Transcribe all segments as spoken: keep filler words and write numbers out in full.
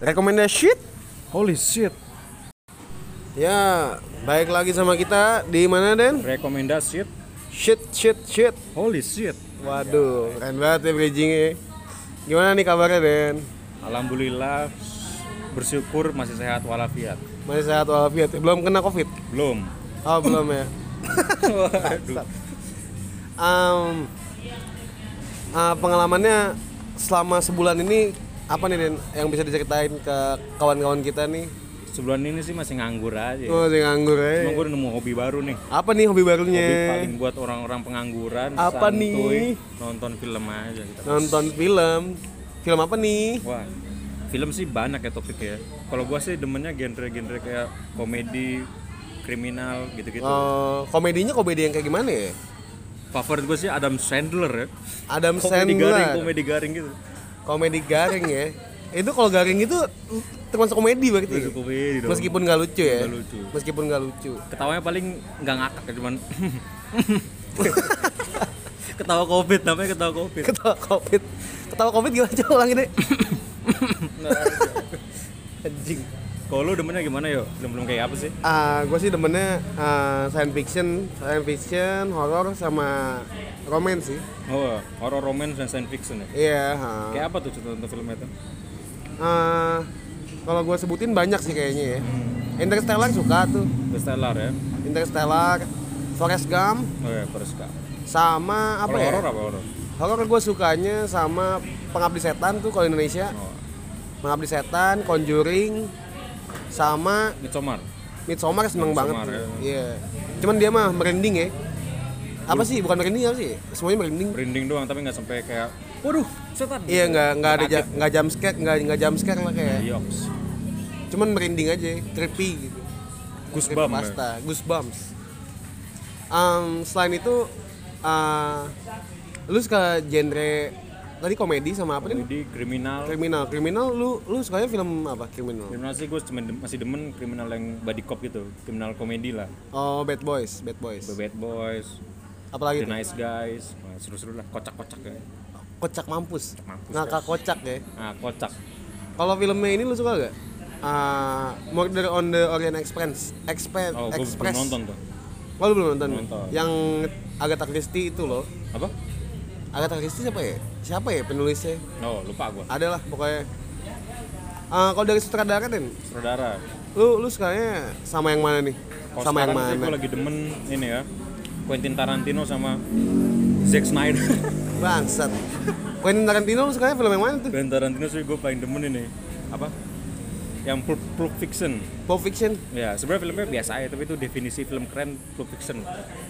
Recommendation. Holy shit. Ya, baik lagi sama kita di mana, Den? Rekomendasi. Shit, shit, shit. Holy shit. Waduh, keren banget ya bridgingnya. Gimana nih kabarnya, Den? Alhamdulillah, bersyukur masih sehat walafiat. Masih sehat walafiat. Belum kena Covid? Belum. Oh, belum ya. Waduh. um, uh, pengalamannya selama sebulan ini apa nih, Den, yang bisa diceritain ke kawan-kawan kita nih? Sebulan ini sih masih nganggur aja. Oh, masih nganggur ya. Cuma gue nemu hobi baru nih. Apa nih hobi barunya? Hobi paling buat orang-orang pengangguran. Apa santuy, nih? Nonton film aja kita. Nonton film. Film apa nih? Wah, film sih banyak ya topiknya. Kalau gue sih demennya genre-genre kayak komedi, kriminal gitu-gitu. Uh, komedinya komedi yang kayak gimana ya? Favorit gue sih Adam Sandler ya. Adam Komedi Sandler. garing, komedi garing gitu. Komedi garing ya. Itu kalau garing itu termasuk komedi berarti. Termasuk komedi dong. Meskipun nggak lucu ya. Nggak lucu. Meskipun nggak lucu. Ketawanya paling nggak ngakak ya, cuman ketawa covid, namanya ketawa covid. Ketawa Covid. Ketawa Covid gimana, coba ulangin deh. Anjing. Kalau lu demennya gimana yo? Film-film kayak apa sih? Ah, gue sih demennya uh, science fiction, science fiction, horror sama romance sih. Oh, horror, romance, dan science fiction ya? Iya. Uh. Kayak apa tuh contoh untuk filmnya itu? Uh, kalau gue sebutin banyak sih kayaknya ya. Hmm. Interstellar suka tuh. Interstellar ya? Interstellar, Forrest Gump. Oh ya, Forrest Gump. Sama apa kalo ya? Horror apa horror? Horror gue sukanya sama Pengabdi Setan tuh kalau Indonesia. Oh. Pengabdi Setan, Conjuring, sama Midsommar. Midsommar seneng banget. Ya. Iya. Yeah. Cuman dia mah merinding ya. Apa sih? Bukan merinding apa sih? Semuanya merinding. Merinding doang tapi nggak sampai kayak, waduh, setan. Iya, nggak nggak ada ja, nggak jump scare, nggak nggak jump scare lah kayak. Yops. Cuman merinding aja, creepy gitu. Goosebumps. Pasta, ya? Goosebumps. Um, selain itu, uh, lu suka genre tadi komedi sama apa nih? Komedi, kriminal. Kriminal, kriminal. Lu lu sukanya film apa? Kriminal. Kriminal sih gue masih demen kriminal yang body cop gitu, kriminal komedi lah. Oh, Bad Boys, Bad Boys. The Bad Boys. Apalagi The tuh? Nice Guys. Nah, seru-seru lah, kocak-kocak ya. Kocak mampus. Mampus, Ngakak kocak ya. Nah, kocak. Kalau filmnya ini lu suka gak? Uh, Murder on the Orient Express. Express. Oh, gue belum nonton tuh. Oh, lu belum nonton? Nonton. Yang Agatha Christie itu loh. Apa? Agatha Christie siapa ya? Siapa ya penulisnya? Oh, lupa gue. Ada lah pokoknya. Uh, kalau dari sutradara Den, Sutradara. lu lu sukanya sama yang mana nih? Kalo sama yang sekarang sih mana? gue lagi demen ini ya, Quentin Tarantino sama Zack Snyder. Bangsat. Quentin Tarantino lu sukanya film yang mana tuh? Quentin Tarantino sih gue paling demen ini. Apa? Yang Pulp, Pulp Fiction. Pulp Fiction. Ya, sebenarnya filmnya biasa ya, tapi itu definisi film keren Pulp Fiction.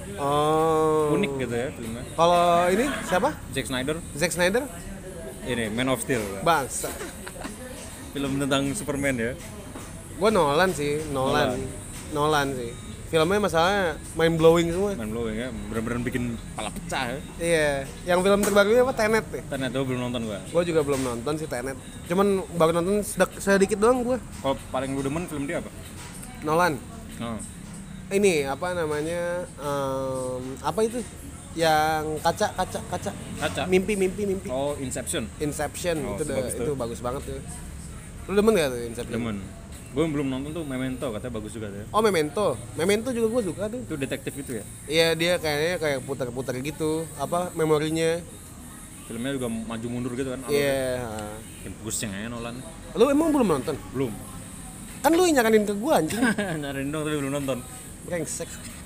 Oh. Unik gitu ya filmnya. Kalau ini siapa? Zack Snyder. Zack Snyder? Ini Man of Steel. Bangsat. Film tentang Superman ya. Gua Nolan sih, Nolan. Nolan, Nolan sih. Filmnya masalahnya mind blowing semua. Mind blowing ya, bener-bener bikin kepala pecah ya. Iya, yang film terbarunya apa? Tenet nih. Tenet tuh belum nonton gua. Gua juga belum nonton sih Tenet. Cuman baru nonton sedek, sedikit doang gua. Kalau paling lu demen film dia apa? Nolan. Oh. Ini apa namanya? Um, apa itu? Yang kaca, kaca, kaca. Kaca. Mimpi, mimpi, mimpi. Oh, Inception. Inception Oh, itu itu dah, bagus tuh. itu bagus banget tuh. Lu demen gak tuh Inception? Demen. Gue belum nonton tuh Memento, katanya bagus juga tuh. Oh, Memento. Memento juga gua suka tuh. Itu detektif itu ya. Iya, dia kayaknya kayak putar-putar gitu, apa memorinya. Filmnya juga maju mundur gitu kan. Iya. Ya, bagusnya ya Nolan. Lu emang belum nonton? Belum. Kan lu yang nyaranin ke gua anjing. Nyariin dong tapi belum nonton. Brengsek.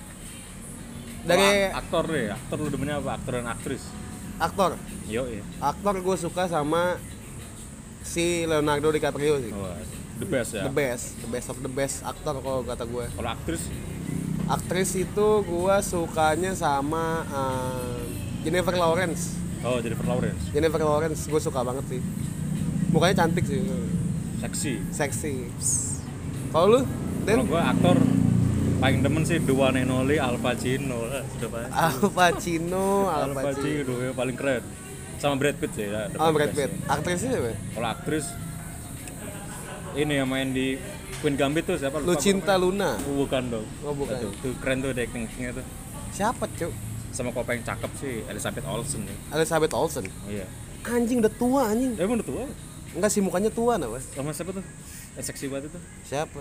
Dari Dari aktor deh, aktor lu demennya apa? Aktor dan aktris. aktor. Yo ya. Aktor gue suka sama si Leonardo DiCaprio sih. Oh, the best ya. The best, the best of the best aktor kalau kata gue. Kalau aktris, Aktris itu gue sukanya sama uh, Jennifer Lawrence. oh Jennifer Lawrence. Jennifer Lawrence gue suka banget sih. Mukanya cantik sih. Seksi. Seksi. Kalau lu? Kalau Den? gue aktor paling demen sih the one and only Al Pacino lah, sudah pasti. Al Pacino, Al Al Pacino. Pacino ya, paling keren. Sama Brad Pitt sih ya. Oh, Brad Pitt. Aktrisnya siapa? Kalau aktris ini yang main di Queen Gambit tuh siapa? Lupa Lucinta gua. Luna. Oh, bukan dong. Oh, bukan. Tuh, tuh keren tuh acting-actingnya tuh. Siapa, Cuk? Sama kok paling cakep sih Elizabeth Olsen nih. Elizabeth Olsen. Oh iya. Anjing udah tua anjing. Ya emang udah tua. Enggak sih, mukanya tua apa? Sama siapa tuh? Eh, seksi banget itu. Siapa?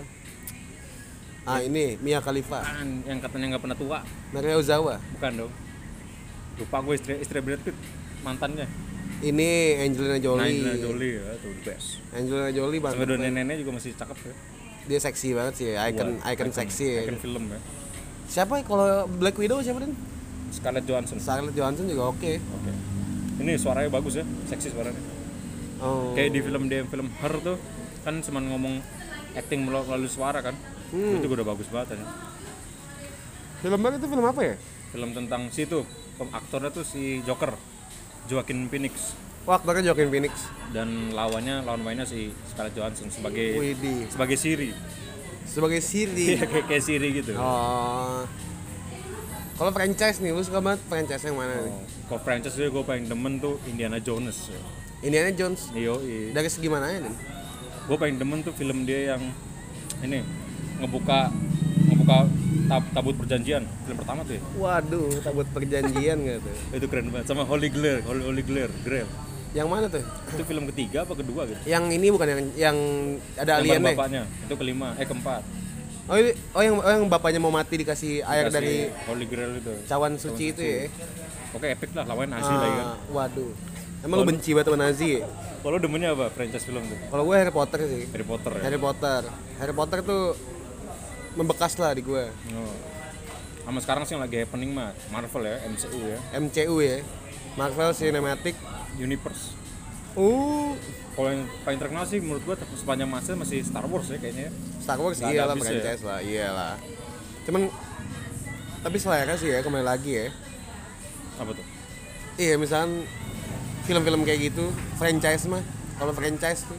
Ah ini Mia Khalifa. Kan yang katanya nggak pernah tua. Maria Ozawa. Bukan dong. Lupa gue istri istri Brad Pitt mantannya. Ini Angelina Jolie. Nah, Angelina Jolie ya, tuh the best. Angelina Jolie banget. Sampai nenek-nenek juga masih cakep ya. Dia seksi banget sih, icon Wah, icon seksi ya. Icon film ya. Siapa ya kalau Black Widow siapa Den? Scarlett Johansson. Scarlett Johansson juga oke. Oke. Ini suaranya bagus ya, seksi suaranya. Oh. Kayak di film dia film Her tuh kan cuma ngomong acting melalui melalui suara kan. Hmm. Itu udah bagus banget ya. Film baru itu film apa ya? Film tentang si itu, aktornya tuh si Joker, Joaquin Phoenix. Wah, aktornya Joaquin Phoenix. Dan lawannya lawan mainnya si Scarlett Johansson sebagai Widih. sebagai Siri. Sebagai Siri. Iya kayak kayak Siri gitu. Oh. Kalau franchise nih, lu suka banget franchise yang mana nih? Oh, kalau franchise gue paling demen tuh Indiana Jones. Ya. Indiana Jones. Iyo, iya. Dari segi mananya nih? Gue paling demen tuh film dia yang ini ngebuka ngebuka tab, tabut perjanjian film pertama tuh ya. Waduh, tabut perjanjian gitu. Itu keren banget sama Holy Grail, Holy, Holy Grail, Grail. Yang mana tuh? Itu film ketiga apa kedua gitu? Yang ini bukan yang yang ada Yang alien deh. bapaknya. Itu kelima, eh keempat. Oh, ini, oh yang oh yang bapaknya mau mati dikasih air Dikasih dari Holy Grail itu. cawan suci itu ya. Oke, epic lah lawan Nazi Ah, lah ya. waduh. Emang lu benci banget sama Nazi ya? Kalau demennya apa franchise film tuh? Kalau gue Harry Potter sih. Harry Potter ya. Harry Potter. Harry Potter tuh membekas lah di gue. Oh. Sama sekarang sih yang lagi happening mah Marvel ya, M C U ya. M C U ya. Marvel Cinematic Universe. Uh, Kalau yang paling terkenal sih menurut gua sepanjang masa masih Star Wars ya kayaknya. Star Wars Nggak ada iyalah habis ya. franchise lah, iyalah. Cuman tapi selera sih ya kembali lagi ya. Apa tuh? Iya, misalkan film-film kayak gitu, franchise mah. Kalau franchise tuh,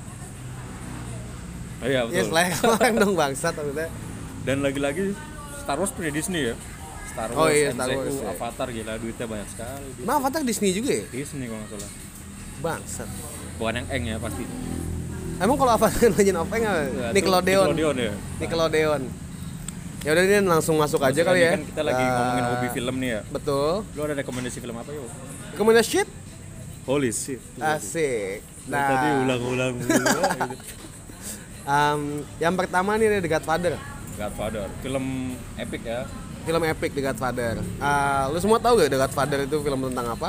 Oh iya ya betul. selera orang dong bangsat maksudnya. Dan lagi-lagi Star Wars punya Disney ya. Star Oh Wars, iya, M C U, Star Wars, ya. Avatar gila duitnya banyak sekali. Emang Avatar Disney juga ya? Disney kalau nggak salah. Bangsat. Bukan yang Eng ya pasti. Emang kalau Avatar Legend of Aang apa? Ya, Nickelodeon. Nickelodeon ya. Nickelodeon. Ya udah ini langsung masuk aja Maksudnya kali ini ya. Kan kita lagi Ah, ngomongin hobi film nih ya. Betul. Lu ada rekomendasi film apa yuk? Rekomendasi shit? Holy shit. Asik. Nah, tadi Nah, ulang-ulang gitu. um, yang pertama nih ada The Godfather. Godfather, film epic ya. Film epic The Godfather. Uh, lu semua tahu gak The Godfather itu film tentang apa?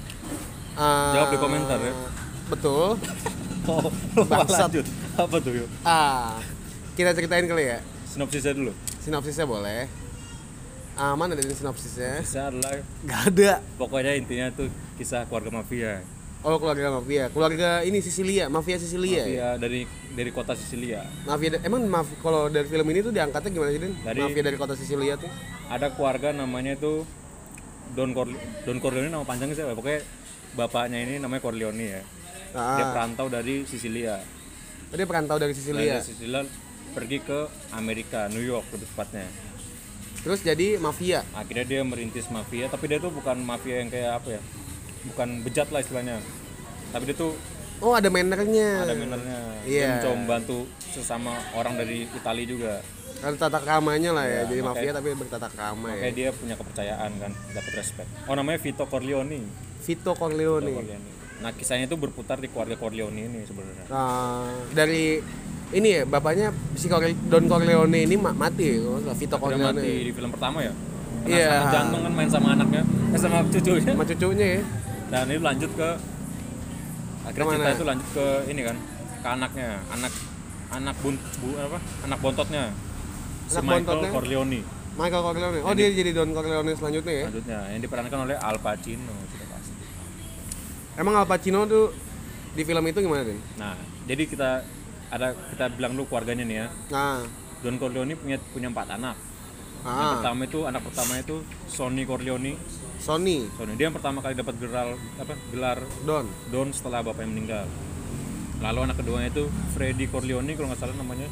Uh, Jawab di komentar ya. Betul. Oh, Bangsat. lanjut. Apa tuh yuk? Ah, kita ceritain kali ya. Sinopsisnya dulu. Sinopsisnya boleh. Ah, mana dari sinopsisnya? Kisah adalah Gak ada. pokoknya intinya tuh kisah keluarga mafia. Oh, keluarga mafia. Keluarga ini Sisilia, mafia Sisilia Mafia ya. dari dari kota Sisilia. Mafia emang maf kalau dari film ini tuh diangkatnya gimana sih, Den? Dari- Mafia dari kota Sisilia tuh. Ada keluarga namanya itu Don Corleone. Don Corleone nama panjangnya siapa? Pokoknya bapaknya ini namanya Corleone ya. Dia Ah, perantau dari Sisilia. dia perantau dari Sisilia. Dari Sisilia pergi ke Amerika, New York lebih tepatnya. Terus jadi mafia. Akhirnya dia merintis mafia, tapi dia tuh bukan mafia yang kayak apa ya? Bukan bejat lah istilahnya. Tapi dia tuh Oh, ada mannernya. ada mannernya. Iya. Dia mencoba membantu sesama orang dari Italia juga. Ada tata keramanya lah ya. Ya, jadi makanya- mafia tapi bertata krama ya. Makanya dia punya kepercayaan kan, dapat respect. Oh namanya Vito Corleone. Vito Corleone. Vito Corleone. Nah kisahnya itu berputar di keluarga Corleone ini sebenarnya. Ah, dari ini ya, bapaknya si Corle- Don Corleone ini ma- mati ya, kalau nggak salah, Vito Dia Corleone. mati di film pertama ya. Kena Iya. serangan jantung kan main sama anaknya, eh, sama cucunya. Sama cucunya ya. Dan ini lanjut ke akhirnya Kemana? cerita itu lanjut ke ini kan, ke anaknya, anak anak bun, bu, apa? Anak bontotnya. Si Anak Michael bontotnya? Corleone. Michael Corleone. Oh, dia jadi Don Corleone selanjutnya ya. Lanjutnya yang diperankan oleh Al Pacino sudah pasti. Emang Al Pacino tuh di film itu gimana, Den? Nah, jadi kita ada kita bilang dulu keluarganya nih ya. Nah, Don Corleone punya punya empat anak. Yang ah, pertama itu anak pertama itu Sonny Corleone. Sony, Sonny dia yang pertama kali dapat gelar apa? Gelar Don. Don setelah bapaknya meninggal. Lalu anak keduanya itu Freddy Corleone kalau nggak salah namanya.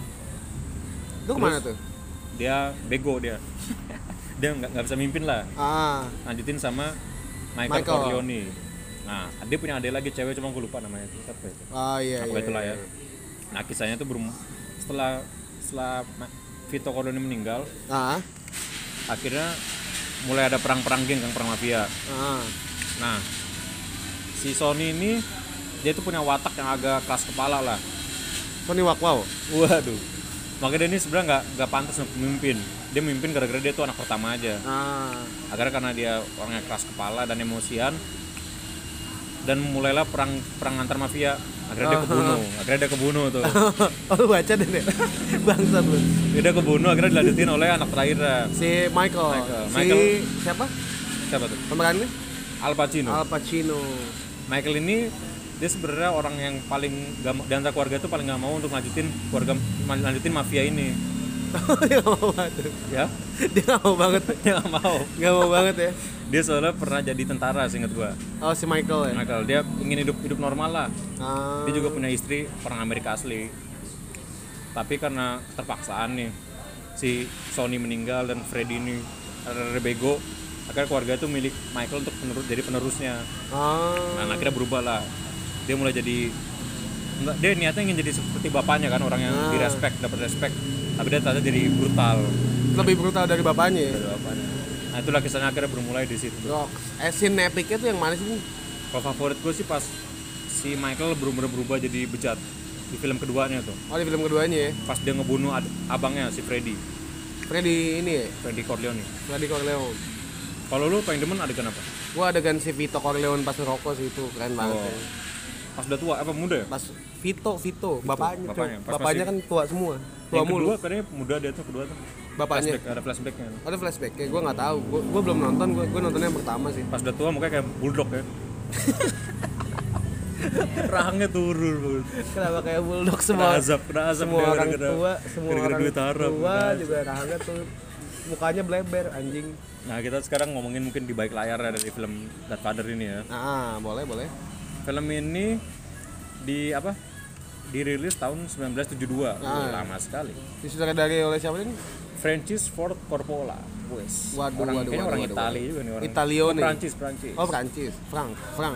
Itu kemana tuh? Dia bego dia. Dia nggak nggak bisa mimpin lah. Ah, Lanjutin sama Michael, Michael. Corleone. Nah, dia punya adik lagi cewek cuma gue lupa namanya itu apa itu. ah iya Apa iya. itulah iya. ya. Nah, kisahnya tuh berum setelah setelah Ma- Vito Corleone meninggal, Ah, akhirnya mulai ada perang-perang geng kan, perang mafia. ah, Nah, si Sony ini dia tuh punya watak yang agak keras kepala lah. Tony Wakwaw. Waduh. Makanya dia ini sebenarnya nggak nggak pantas untuk memimpin. Dia memimpin gara-gara dia tuh anak pertama aja. Ah. Akhirnya karena dia orangnya keras kepala dan emosian, dan mulailah perang perang antar mafia. Akhirnya dia kebunuh. Akhirnya dia kebunuh tuh. Oh lu baca deh deh. Bangsat lu. Dia kebunuh akhirnya dilanjutin oleh anak terakhirnya. Si Michael. Michael. Si Michael. siapa? Siapa tuh? Pemerannya? Al Pacino. Al Pacino. Michael ini dia sebenarnya orang yang paling gak, di antara keluarga tuh paling nggak mau untuk lanjutin keluarga lanjutin mafia ini. Dia nggak mau banget. Ya? Dia nggak mau banget. Dia nggak mau. Nggak mau banget ya. Dia soalnya pernah jadi tentara, seingat gua. Oh si Michael ya. Michael dia ingin hidup hidup normal lah. Ah. Dia juga punya istri orang Amerika asli. Tapi karena terpaksaan nih si Sony meninggal dan Freddy ini rada bego, akhirnya keluarga itu milik Michael untuk penerus jadi penerusnya. Ah. Nah akhirnya berubah lah. Dia mulai jadi enggak, dia niatnya ingin jadi seperti bapaknya kan, orang yang Ah. direspek, dapat respect, tapi dia ternyata jadi brutal Lebih brutal dari bapaknya ya. dari bapaknya. Nah itulah kisahnya akhirnya bermulai di situ. Rocks. Eh scene epicnya tuh yang mana sih? Kalau favorit gue sih pas si Michael bener-bener berubah jadi bejat di film keduanya tuh. Oh di film keduanya ya. Pas dia ngebunuh ad- abangnya si Freddy, Freddy ini ya. Freddy Corleone. Freddy Corleone. Kalau lu paling demen adegan apa? Gua adegan si Vito Corleone pas ngerokok sih itu keren banget. Oh. Ya. Pas udah tua apa muda ya? Pas Vito Vito bapaknya. bapaknya. Bapaknya, Pas bapaknya masih- kan tua semua. Tua Yang mulu. kedua katanya muda dia tuh kedua tuh. Bapaknya. Flashback, ada flashbacknya. Ada flashback ya, gue nggak tahu. Gue gue belum nonton. Gue gue nontonnya yang pertama sih. Pas udah tua mukanya kayak bulldog ya. Rahangnya turun banget. Kenapa kayak bulldog Kena semua? azab, kena azab Semua dia orang gara-gara- tua, semua gara-gara orang duit haram. tua Kena juga rahangnya tuh mukanya bleber anjing. Nah kita sekarang ngomongin mungkin di balik layar ya dari film Godfather ini ya. Ah, boleh boleh. Film ini di apa? Dirilis tahun sembilan belas tujuh puluh dua. Ah. Lama sekali. Disutradari oleh siapa ini? Francis Ford Coppola. Wes. Waduh, orang, waduh, kayaknya waduh, orang waduh, Itali waduh. juga nih orang. Italione. Oh, Prancis, Prancis. Oh Prancis, Frank, Frank.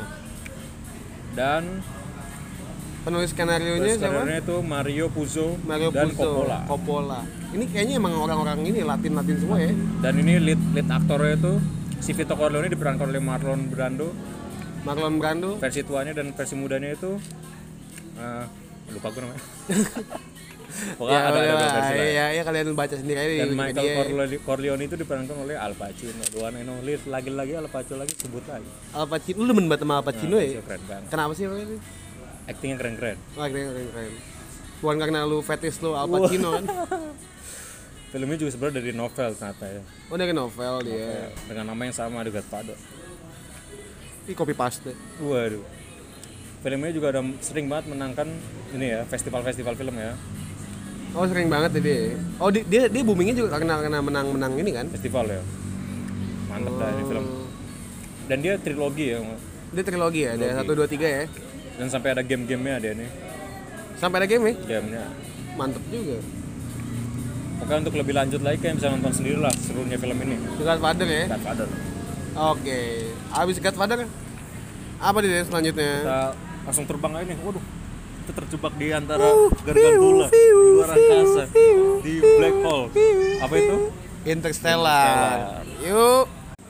Dan Penulis skenario-nya siapa? skenario itu Mario Puzo Mario dan Puzo, Coppola. Coppola. Ini kayaknya emang orang-orang ini Latin-Latin semua ya. Dan ini lead lead aktornya itu si Vito Corleone diperankan oleh Marlon Brando. Marlon Brando. Versi tuanya dan versi mudanya itu eh, lupa gue namanya. Pokoknya Ya, ada, ada ya, dua versi lah. ya, ya, kalian baca sendiri aja di Dan Michael Wikipedia. Corleone, Corleone itu diperankan oleh Al Pacino. Dua Neno Lir lagi-lagi Al Pacino lagi sebut lagi. Al Pacino, lu demen banget sama Al Pacino Nah, ya? keren banget. Kenapa sih ini? Actingnya keren-keren. Wah keren keren keren. Bukan karena lu fetish lu Al Pacino kan? Filmnya juga sebenarnya dari novel ternyata ya. Oh dari novel dia. Ya, dengan nama yang sama The Godfather. Ini copy paste. Waduh. Filmnya juga udah sering banget menangkan ini ya, festival-festival film ya. Oh sering banget ya dia. Oh di- dia dia boomingnya juga karena karena menang-menang ini kan? Festival ya. Mantep dah ini film. Dan dia trilogi ya. Dia trilogi ya, ada Trilogi. satu dua tiga ya. Dan sampai ada game-gamenya dia nih. Sampai ada game ya? Gamenya. Mantep juga. Pokoknya untuk lebih lanjut lagi kalian bisa nonton sendiri lah serunya film ini. The Godfather ya. Godfather. Oke. Abis Godfather apa di selanjutnya? Kita langsung terbang aja nih. Waduh. Kita terjebak di antara gargantula di luar angkasa di black hole. Apa itu? Interstellar. Yuk.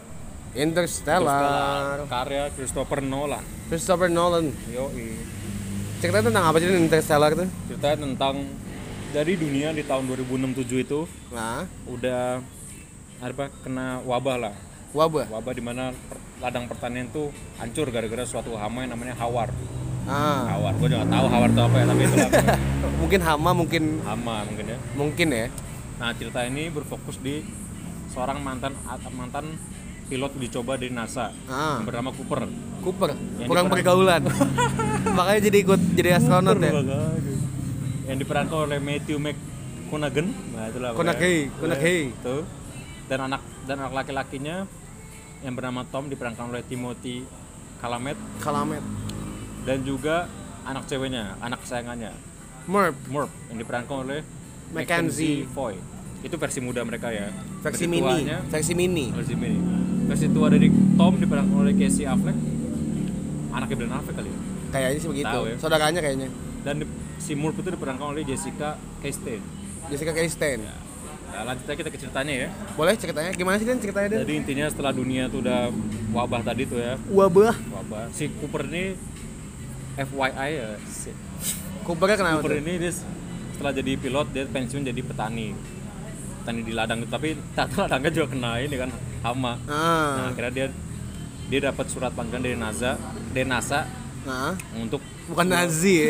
Interstellar. Karya Christopher Nolan. Christopher Nolan. Yoi. Ceritanya tentang apa sih ini Interstellar tuh? Ceritanya tentang dari dunia di tahun dua ribu enam tujuh itu Nah, udah apa kena wabah lah. wabah. Wabah di mana per- ladang pertanian tuh hancur gara-gara suatu hama yang namanya hawar. Ah, Hawar, gue juga nggak tahu hawar itu apa ya, tapi itu mungkin hama, mungkin hama mungkin ya. mungkin ya. Nah cerita ini berfokus di seorang mantan mantan pilot uji coba dari NASA Ah, yang bernama Cooper. Cooper, Yang kurang diperan- pergaulan. Makanya jadi ikut jadi astronot ya. Yang diperankan oleh Matthew McConaughey. Nah itulah. Conaughey, pokoknya. Conaughey. Itu. Dan anak dan anak laki-lakinya yang bernama Tom diperankan oleh Timothy Chalamet. Kalamet. Dan juga anak ceweknya, anak kesayangannya Merp, Murph yang diperankan oleh Mackenzie Foy. Itu versi muda mereka ya. versi mini, tuanya- versi mini. versi mini. Versi tua dari Tom diperankan oleh Casey Affleck. Anaknya Ben Affleck kali ya. Kayaknya sih begitu. Tahu ya. Saudaranya kayaknya. Dan di, si Murph itu diperankan oleh Jessica Chastain. Jessica Chastain. Ya. Nah, lanjut aja kita ke ceritanya ya. Boleh ceritanya? Gimana sih Dan ceritanya Dan? Jadi intinya setelah dunia tuh udah wabah tadi tuh ya, Wabah. wabah. Si Cooper ini F Y I ya. Coopernya kenapa Cooper tuh? ini dia setelah jadi pilot dia pensiun jadi petani. Petani di ladang, tapi tak ladangnya juga kena ini kan hama. Ah. Nah, akhirnya dia dia dapat surat panggilan dari NASA, dari NASA Nah, untuk bukan Nazi ya.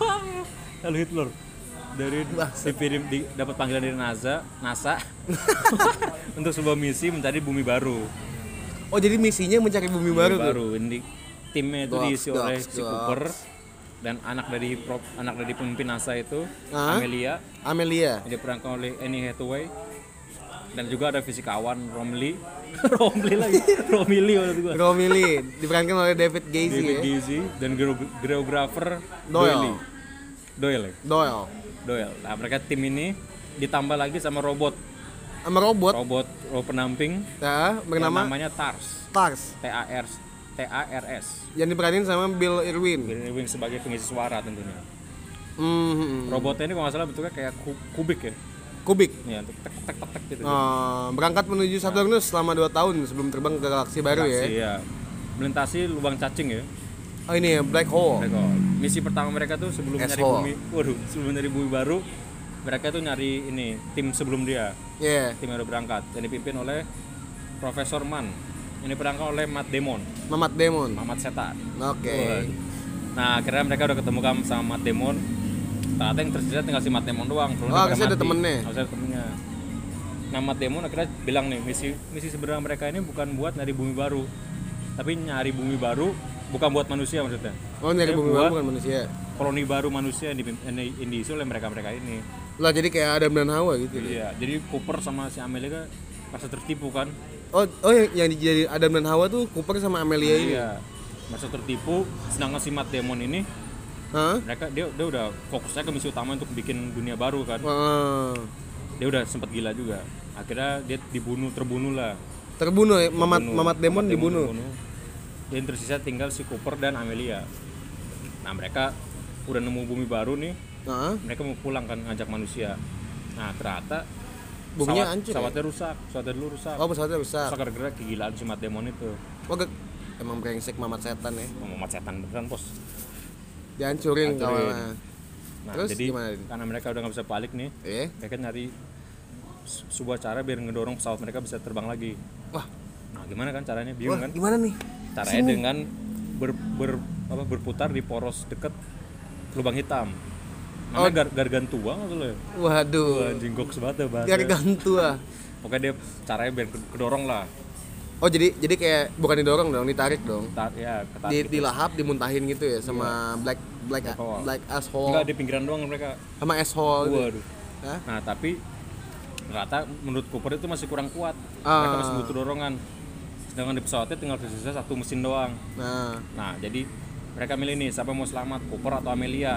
lalu Hitler dari dikirim di, dapat panggilan dari NASA NASA untuk sebuah misi mencari bumi baru. Oh, jadi misinya mencari bumi baru tuh. baru ini timnya itu Dogs, diisi oleh dogs, si dogs. Cooper dan anak dari prop, anak dari pemimpin NASA itu Hah? Amelia Amelia. yang diperankan oleh Annie Hathaway, dan juga ada fisikawan Romilly Romilly lagi Romilly waktu gua Romilly diperankan oleh David Gacy David ya. Gacy dan geo- geografer Doyle. Doyle ya? Doyle. Doyle. Nah, mereka tim ini ditambah lagi sama robot Sama robot. robot robot penamping Ya, yang bernama namanya TARS Tars. T A R T A R S. Yang diperanin sama Bill Irwin. Bill Irwin sebagai pengisi suara tentunya. Hmm. Robotnya ini kalau nggak salah bentuknya kayak ku- kubik ya. Kubik. Ya, untuk tek tek tek tek gitu. Oh, berangkat menuju Saturnus selama dua tahun sebelum terbang ke galaksi baru ya. Iya. Melintasi lubang cacing ya. Oh, ini ya, black hole. Mereka, misi pertama mereka tuh sebelum nyari Asshole. bumi, waduh, sebelum nyari bumi baru, mereka tuh nyari ini tim sebelum dia, Iya. tim yang udah berangkat, yang dipimpin oleh Profesor Mann, yang diperankan oleh Matt Damon, Mamat Damon. Mamat Setan. Oke. Waduh. Nah, akhirnya mereka udah ketemu kan sama Matt Damon. Ternyata yang tersisa tinggal si Matt Damon doang. Oh, akhirnya ada temennya. Harusnya ada temennya. Nah, Matt Damon akhirnya bilang nih, misi misi sebenarnya mereka ini bukan buat nyari bumi baru, tapi nyari bumi baru bukan buat manusia maksudnya. Oh, nyari Tapi bumi buat baru bukan manusia. koloni baru manusia yang, di, yang diisi oleh mereka-mereka ini. Lah, jadi kayak Adam dan Hawa gitu. Iya, jadi Cooper sama si Amelia kan merasa tertipu kan. Oh, oh yang, yang jadi Adam dan Hawa tuh Cooper sama Amelia ini. Iya, merasa tertipu. Sedangkan si Matt Damon ini Hah? mereka dia dia udah fokusnya ke misi utama untuk bikin dunia baru kan. Wah. Dia udah sempat gila juga. Akhirnya dia dibunuh, terbunuh lah. Terbunuh ya, Mamat Terbunuh. Mamat Damon Matt dibunuh. Dan tersisa tinggal si Cooper dan Amelia. Nah, mereka udah nemu bumi baru nih. Heeh. Mereka mau pulang kan ngajak manusia. Nah, ternyata Buminya pesawat- hancur ya? pesawatnya rusak, pesawatnya dulu rusak. Oh, pesawatnya rusak. Rusak gara-gara kegilaan si Matt Damon itu. Oh, ge- emang brengsek Mamat setan ya. Mau setan beneran, Bos. Dihancurin Hancurin. kawannya. Nah, Terus jadi gimana, Din? karena mereka udah nggak bisa balik nih, Eh? mereka nyari se- sebuah cara biar ngedorong pesawat mereka bisa terbang lagi. Wah, Nah, gimana kan caranya? Bingung wah kan? gimana nih? Caranya dengan ber, ber- apa, berputar di poros deket lubang hitam. Oh. Namanya gar, gargantua nggak tuh lo ya? Waduh. Wah, anjing goks banget ya bahasa. Gargantua. Pokoknya dia caranya biar ke- kedorong lah. Oh, jadi jadi kayak bukan didorong dong, ditarik dong. Tar, ya, ketarik Di, gitu. dilahap, dimuntahin gitu ya sama black black Black hole. black Enggak, asshole di pinggiran doang mereka. sama asshole gitu. Waduh. Hah? Nah, tapi ternyata menurut Cooper itu masih kurang kuat. Ah. Mereka masih butuh dorongan. Sedangkan di pesawatnya tinggal tersisa satu mesin doang. Nah, Nah, jadi mereka milih nih siapa mau selamat, Cooper atau Amelia.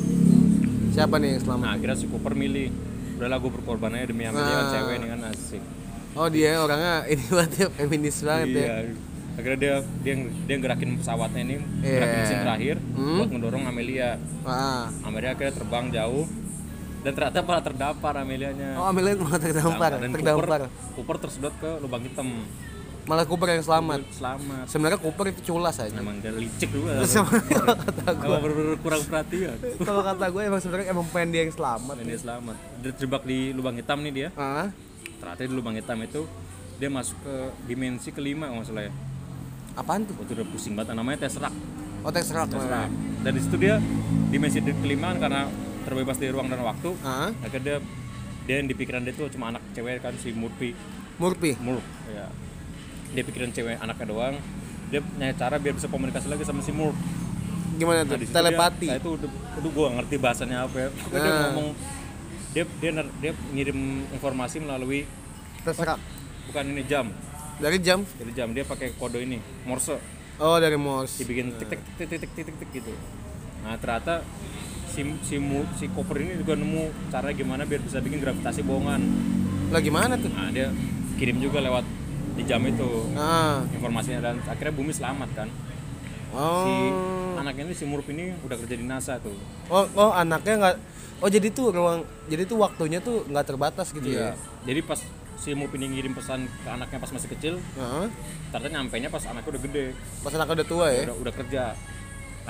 siapa nih yang selamat? Nah, akhirnya si Cooper milih, udahlah gue berkorban aja demi Amelia kan Nah. cewek nih kan asik. Oh, dia orangnya ini banget ya, feminis banget ya. Iya. Akhirnya dia dia dia gerakin pesawatnya ini, Iya. gerakin mesin terakhir Hmm. buat ngedorong Amelia. Wah. Amelia akhirnya terbang jauh dan ternyata malah terdampar Amelianya. Oh, Amelia malah terdampar, Dan terdampar. Cooper, Cooper tersedot ke lubang hitam. Malah Cooper yang selamat. Selamat. Sebenarnya Cooper itu culas aja. Emang dia licik dulu. Sama kalau kata gue, Emang bener-bener kurang perhatian. kalau kata gue emang sebenarnya emang pengen dia yang selamat. Dan dia selamat. Dia terjebak di lubang hitam nih dia. Ah, Ternyata di lubang hitam itu dia masuk ke dimensi kelima kalau nggak salah ya. apaan tuh? Waktu udah pusing banget. Namanya Tesseract. Oh, Tesseract. Tesseract. Dan di situ dia dimensi kelima karena terbebas dari ruang dan waktu. Ah, Akhirnya dia dia yang di pikiran dia tuh cuma anak cewek kan si Murphy. Murphy. Murph ya. Dia pikiran cewek anaknya doang. Dia nyari cara biar bisa komunikasi lagi sama si Murph. Gimana tuh? Nah, di situ Telepati. Dia, nah, itu udah, udah gue ngerti bahasanya apa ya. Pokoknya dia Nah. ngomong dia dia ner- dia ngirim informasi melalui Tesseract. bukan ini jam. Dari jam. Jadi jam dia pakai kode ini Morse. Oh, dari Morse. Dibikin tik tik tik tik tik tik tik gitu. Nah, ternyata si si Mu- si Cooper ini juga nemu cara gimana biar bisa bikin gravitasi bohongan. Lah gimana tuh? Nah, dia kirim juga lewat di jam itu Ah. informasinya dan akhirnya bumi selamat kan. Oh. Si anak ini si Murph ini udah kerja di NASA tuh. Oh, oh anaknya nggak. Oh, jadi tuh ruang, jadi tuh waktunya tuh nggak terbatas gitu ya? Jadi pas si Murph ini ngirim pesan ke anaknya pas masih kecil, Heeh. ternyata nyampainya pas anaknya udah gede, Pas anaknya udah tua ya? udah udah kerja.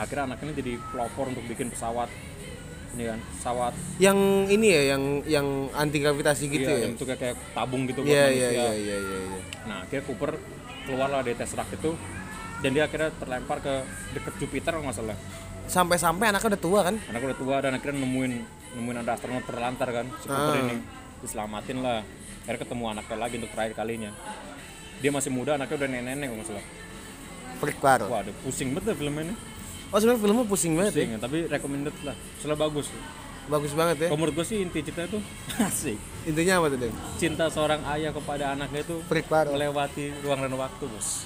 Akhirnya anak ini jadi pelopor untuk bikin pesawat ini kan, pesawat Yang ini ya, yang yang anti gravitasi gitu iya, ya. yang bentuknya kayak tabung gitu buat Iya manusia. iya iya iya iya. iya. Nah, akhirnya Cooper keluarlah dari Tesseract itu dan dia akhirnya terlempar ke deket Jupiter kalau nggak salah. Sampai-sampai anaknya udah tua kan? Anak udah tua dan akhirnya nemuin nemuin ada astronot terlantar kan, si Cooper Ah. ini diselamatin lah. Akhirnya ketemu anaknya lagi untuk terakhir kalinya. Dia masih muda, anaknya udah nenek-nenek kalau nggak salah. Freak parah. Wah, ada pusing banget filmnya ini. Oh sebenarnya filmnya pusing banget Pusing, ya. ya. Tapi recommended lah, soalnya bagus. Bagus banget ya. Kalau menurut gue sih inti ceritanya tuh asik. Intinya apa tuh, Den? Cinta seorang ayah kepada anaknya itu Freak parah. melewati ruang dan waktu, bos.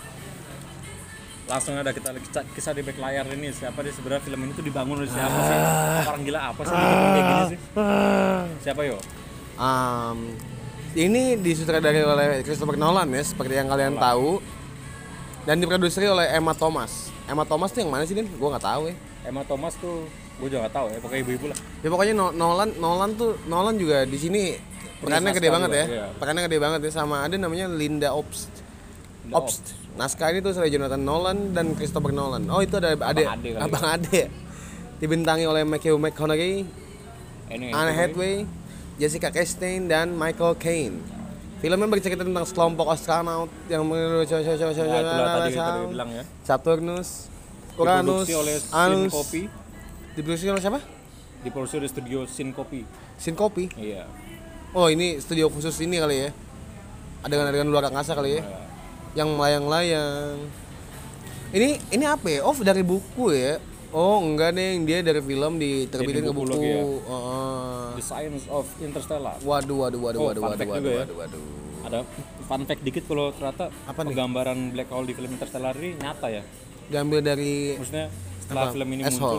Langsung ada kita kisah, kisah di back layar ini, siapa dia sebenarnya film ini tuh dibangun oleh siapa sih? Orang gila apa sih bikin film kayak gini sih? Siapa yo? Um, ini disutradarai oleh Christopher Nolan ya, seperti yang kalian Nolan. tahu. Dan diproduksi oleh Emma Thomas. Emma Thomas tuh yang mana sih, Den? Gua nggak tahu ya. Emma Thomas tuh gue juga gak tahu ya, pokoknya ibu-ibu lah. Ya pokoknya No- Nolan Nolan tuh Nolan juga di sini perannya naskah gede banget juga, ya. iya. Perannya gede banget ya, sama ada namanya Linda Obst. Linda Obst. Naskah ini tuh oleh Jonathan Nolan dan Christopher Nolan. Oh, itu ada ade. Ade kali Abang Ade. Dibintangi oleh Matthew McConaughey, Ini Anne Hathaway, Jessica Chastain dan Michael Caine. Filmnya bercerita tentang sekelompok astronot yang Ya, itulah tadi tadi bilang ya. Saturnus, Uranus, Diproduksi oleh Anus. Syncope, Diproduksi oleh siapa? diproduksi oleh studio Syncope. Syncope. Iya. Oh, ini studio khusus ini kali ya. Adegan-adegan luar angkasa kali ya. Yang melayang-layang. Ini ini apa ya? Oh, dari buku ya. Oh, enggak deh, dia dari film diterbitin Jadi ke buku buku. lagi ya? Oh. The Science of Interstellar. Waduh, waduh, waduh, Oh, waduh, fun waduh, fact waduh, juga ya. waduh, waduh. Ada fun fact dikit kalau ternyata Apa nih? penggambaran black hole di film Interstellar ini nyata ya. Diambil dari Maksudnya setelah Apa? film ini Asshole. muncul,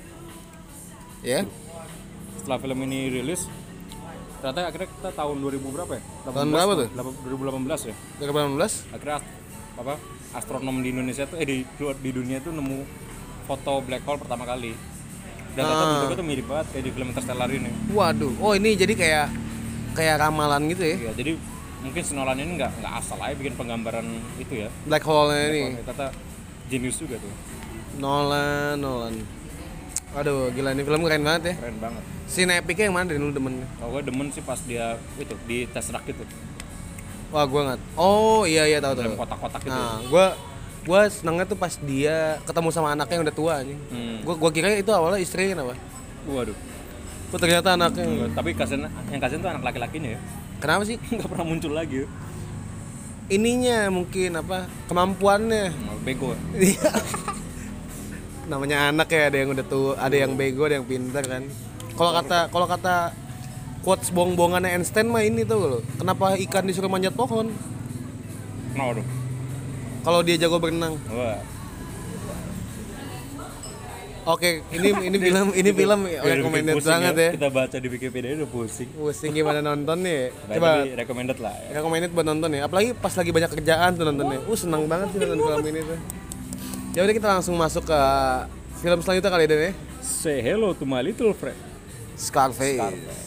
ya. setelah film ini rilis, ternyata akhirnya kita tahun dua ribu berapa ya? Tahun berapa tuh? dua ribu delapan belas ya. dua ribu delapan belas. Akhirnya apa? Astronom di Indonesia tuh eh di di dunia tuh nemu foto black hole pertama kali. Dan ternyata Ah. bentuknya tuh mirip banget kayak di film Interstellar ini. Waduh. Oh, ini jadi kayak kayak ramalan gitu ya. Ya, jadi mungkin si Nolan ini nggak nggak asal aja bikin penggambaran itu ya. Black hole-nya ini. Ternyata jenius juga tuh. Nolan, Nolan. Aduh, gila, ini film keren banget ya. Keren banget. Scene epic-nya yang mana dari dulu demen? Kalau gue demen sih pas dia itu di Tesseract itu. Wah, gua nggak. Oh, iya iya tahu Dalam tahu. kotak-kotak gitu. Nah, gua gua senengnya tuh pas dia ketemu sama anaknya yang udah tua anjing. Hmm. Gua gua kira itu awalnya istrinya apa? Waduh. Kok ternyata anaknya. Enggak, tapi kasihan yang kasihan tuh anak laki-lakinya ya. Kenapa sih? Nggak pernah muncul lagi ya. Ininya mungkin apa? Kemampuannya. Nah, bego. Iya. Namanya anak ya, ada yang udah tua, ada yang bego, ada yang pintar kan. Kalau kata kalau kata quotes bohong-bohongannya Einstein mah ini tuh loh. Kenapa ikan disuruh manjat pohon? Nah, waduh. Kalau dia jago berenang. Wah. Oke, ini ini film ini film Udah bikin recommended pusing banget ya. Kita baca di Wikipedia udah pusing. Pusing gimana nontonnya? Baik, Coba tapi recommended lah ya. recommended buat nonton ya. Apalagi pas lagi banyak kerjaan tuh nontonnya. Uh, senang banget sih nonton film ini tuh. Ya udah kita langsung masuk ke film selanjutnya kali ya, ya. Say hello to my little friend. Scarface. Scarface.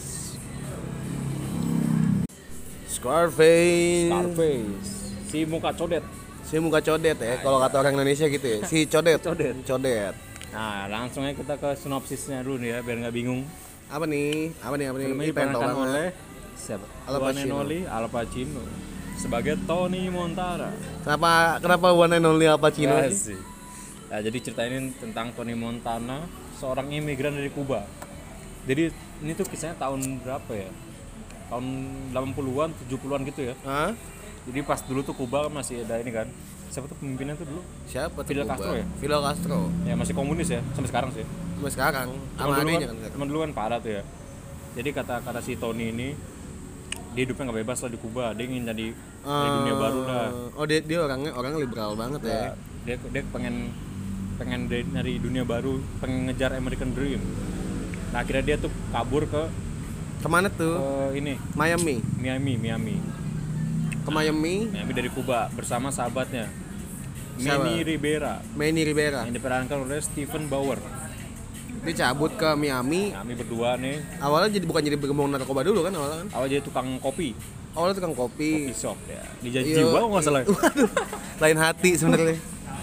Scarface. Scarface. Si muka codet. Si muka codet ya, kalau kata orang Indonesia gitu ya. Si codet. Codet. Codet. Nah, langsung aja kita ke sinopsisnya dulu nih ya, biar nggak bingung. Apa nih? Apa nih? Apa nih? Film ini Ini pengen tahu diperankan banget. oleh siapa? Al One and Pacino. only Al Pacino sebagai Tony Montana. Kenapa kenapa One and Only Al Pacino Ya sih? sih. Nah, jadi cerita ini tentang Tony Montana, seorang imigran dari Kuba. Jadi ini tuh kisahnya tahun berapa ya? Tahun delapan puluhan, tujuh puluhan gitu ya. Hah? Jadi pas dulu tuh Kuba kan masih ada ini kan. Siapa tuh pemimpinnya tuh dulu? Siapa tuh? Fidel Kuba? Castro ya? Fidel Castro. Ya masih komunis ya, sampai sekarang sih. Sampai sekarang Cuman sama dulu adanya kan, kan sekarang. cuman dulu kan parah tuh ya. Jadi kata kata si Tony ini dia hidupnya nggak bebas lah di Kuba. Dia ingin jadi dari dunia baru lah. Oh, dia dia orangnya orangnya liberal banget ya. Ya, dia dia pengen pengen dari, dari dunia baru, pengen ngejar American Dream. Nah akhirnya dia tuh kabur ke Kemana tuh? ke ini Miami. Miami Miami Ke Miami. Miami dari Kuba bersama sahabatnya Siapa? Manny Rivera Manny Rivera. yang diperankan oleh Stephen Bauer. Dia cabut ke Miami. Kami berdua nih Awalnya jadi bukan jadi bergembong narkoba dulu kan awalnya kan. awal jadi tukang kopi Awalnya tukang kopi. kopi shop ya di Janji Iya. Jiwa nggak salah. Waduh, lain hati sebenarnya.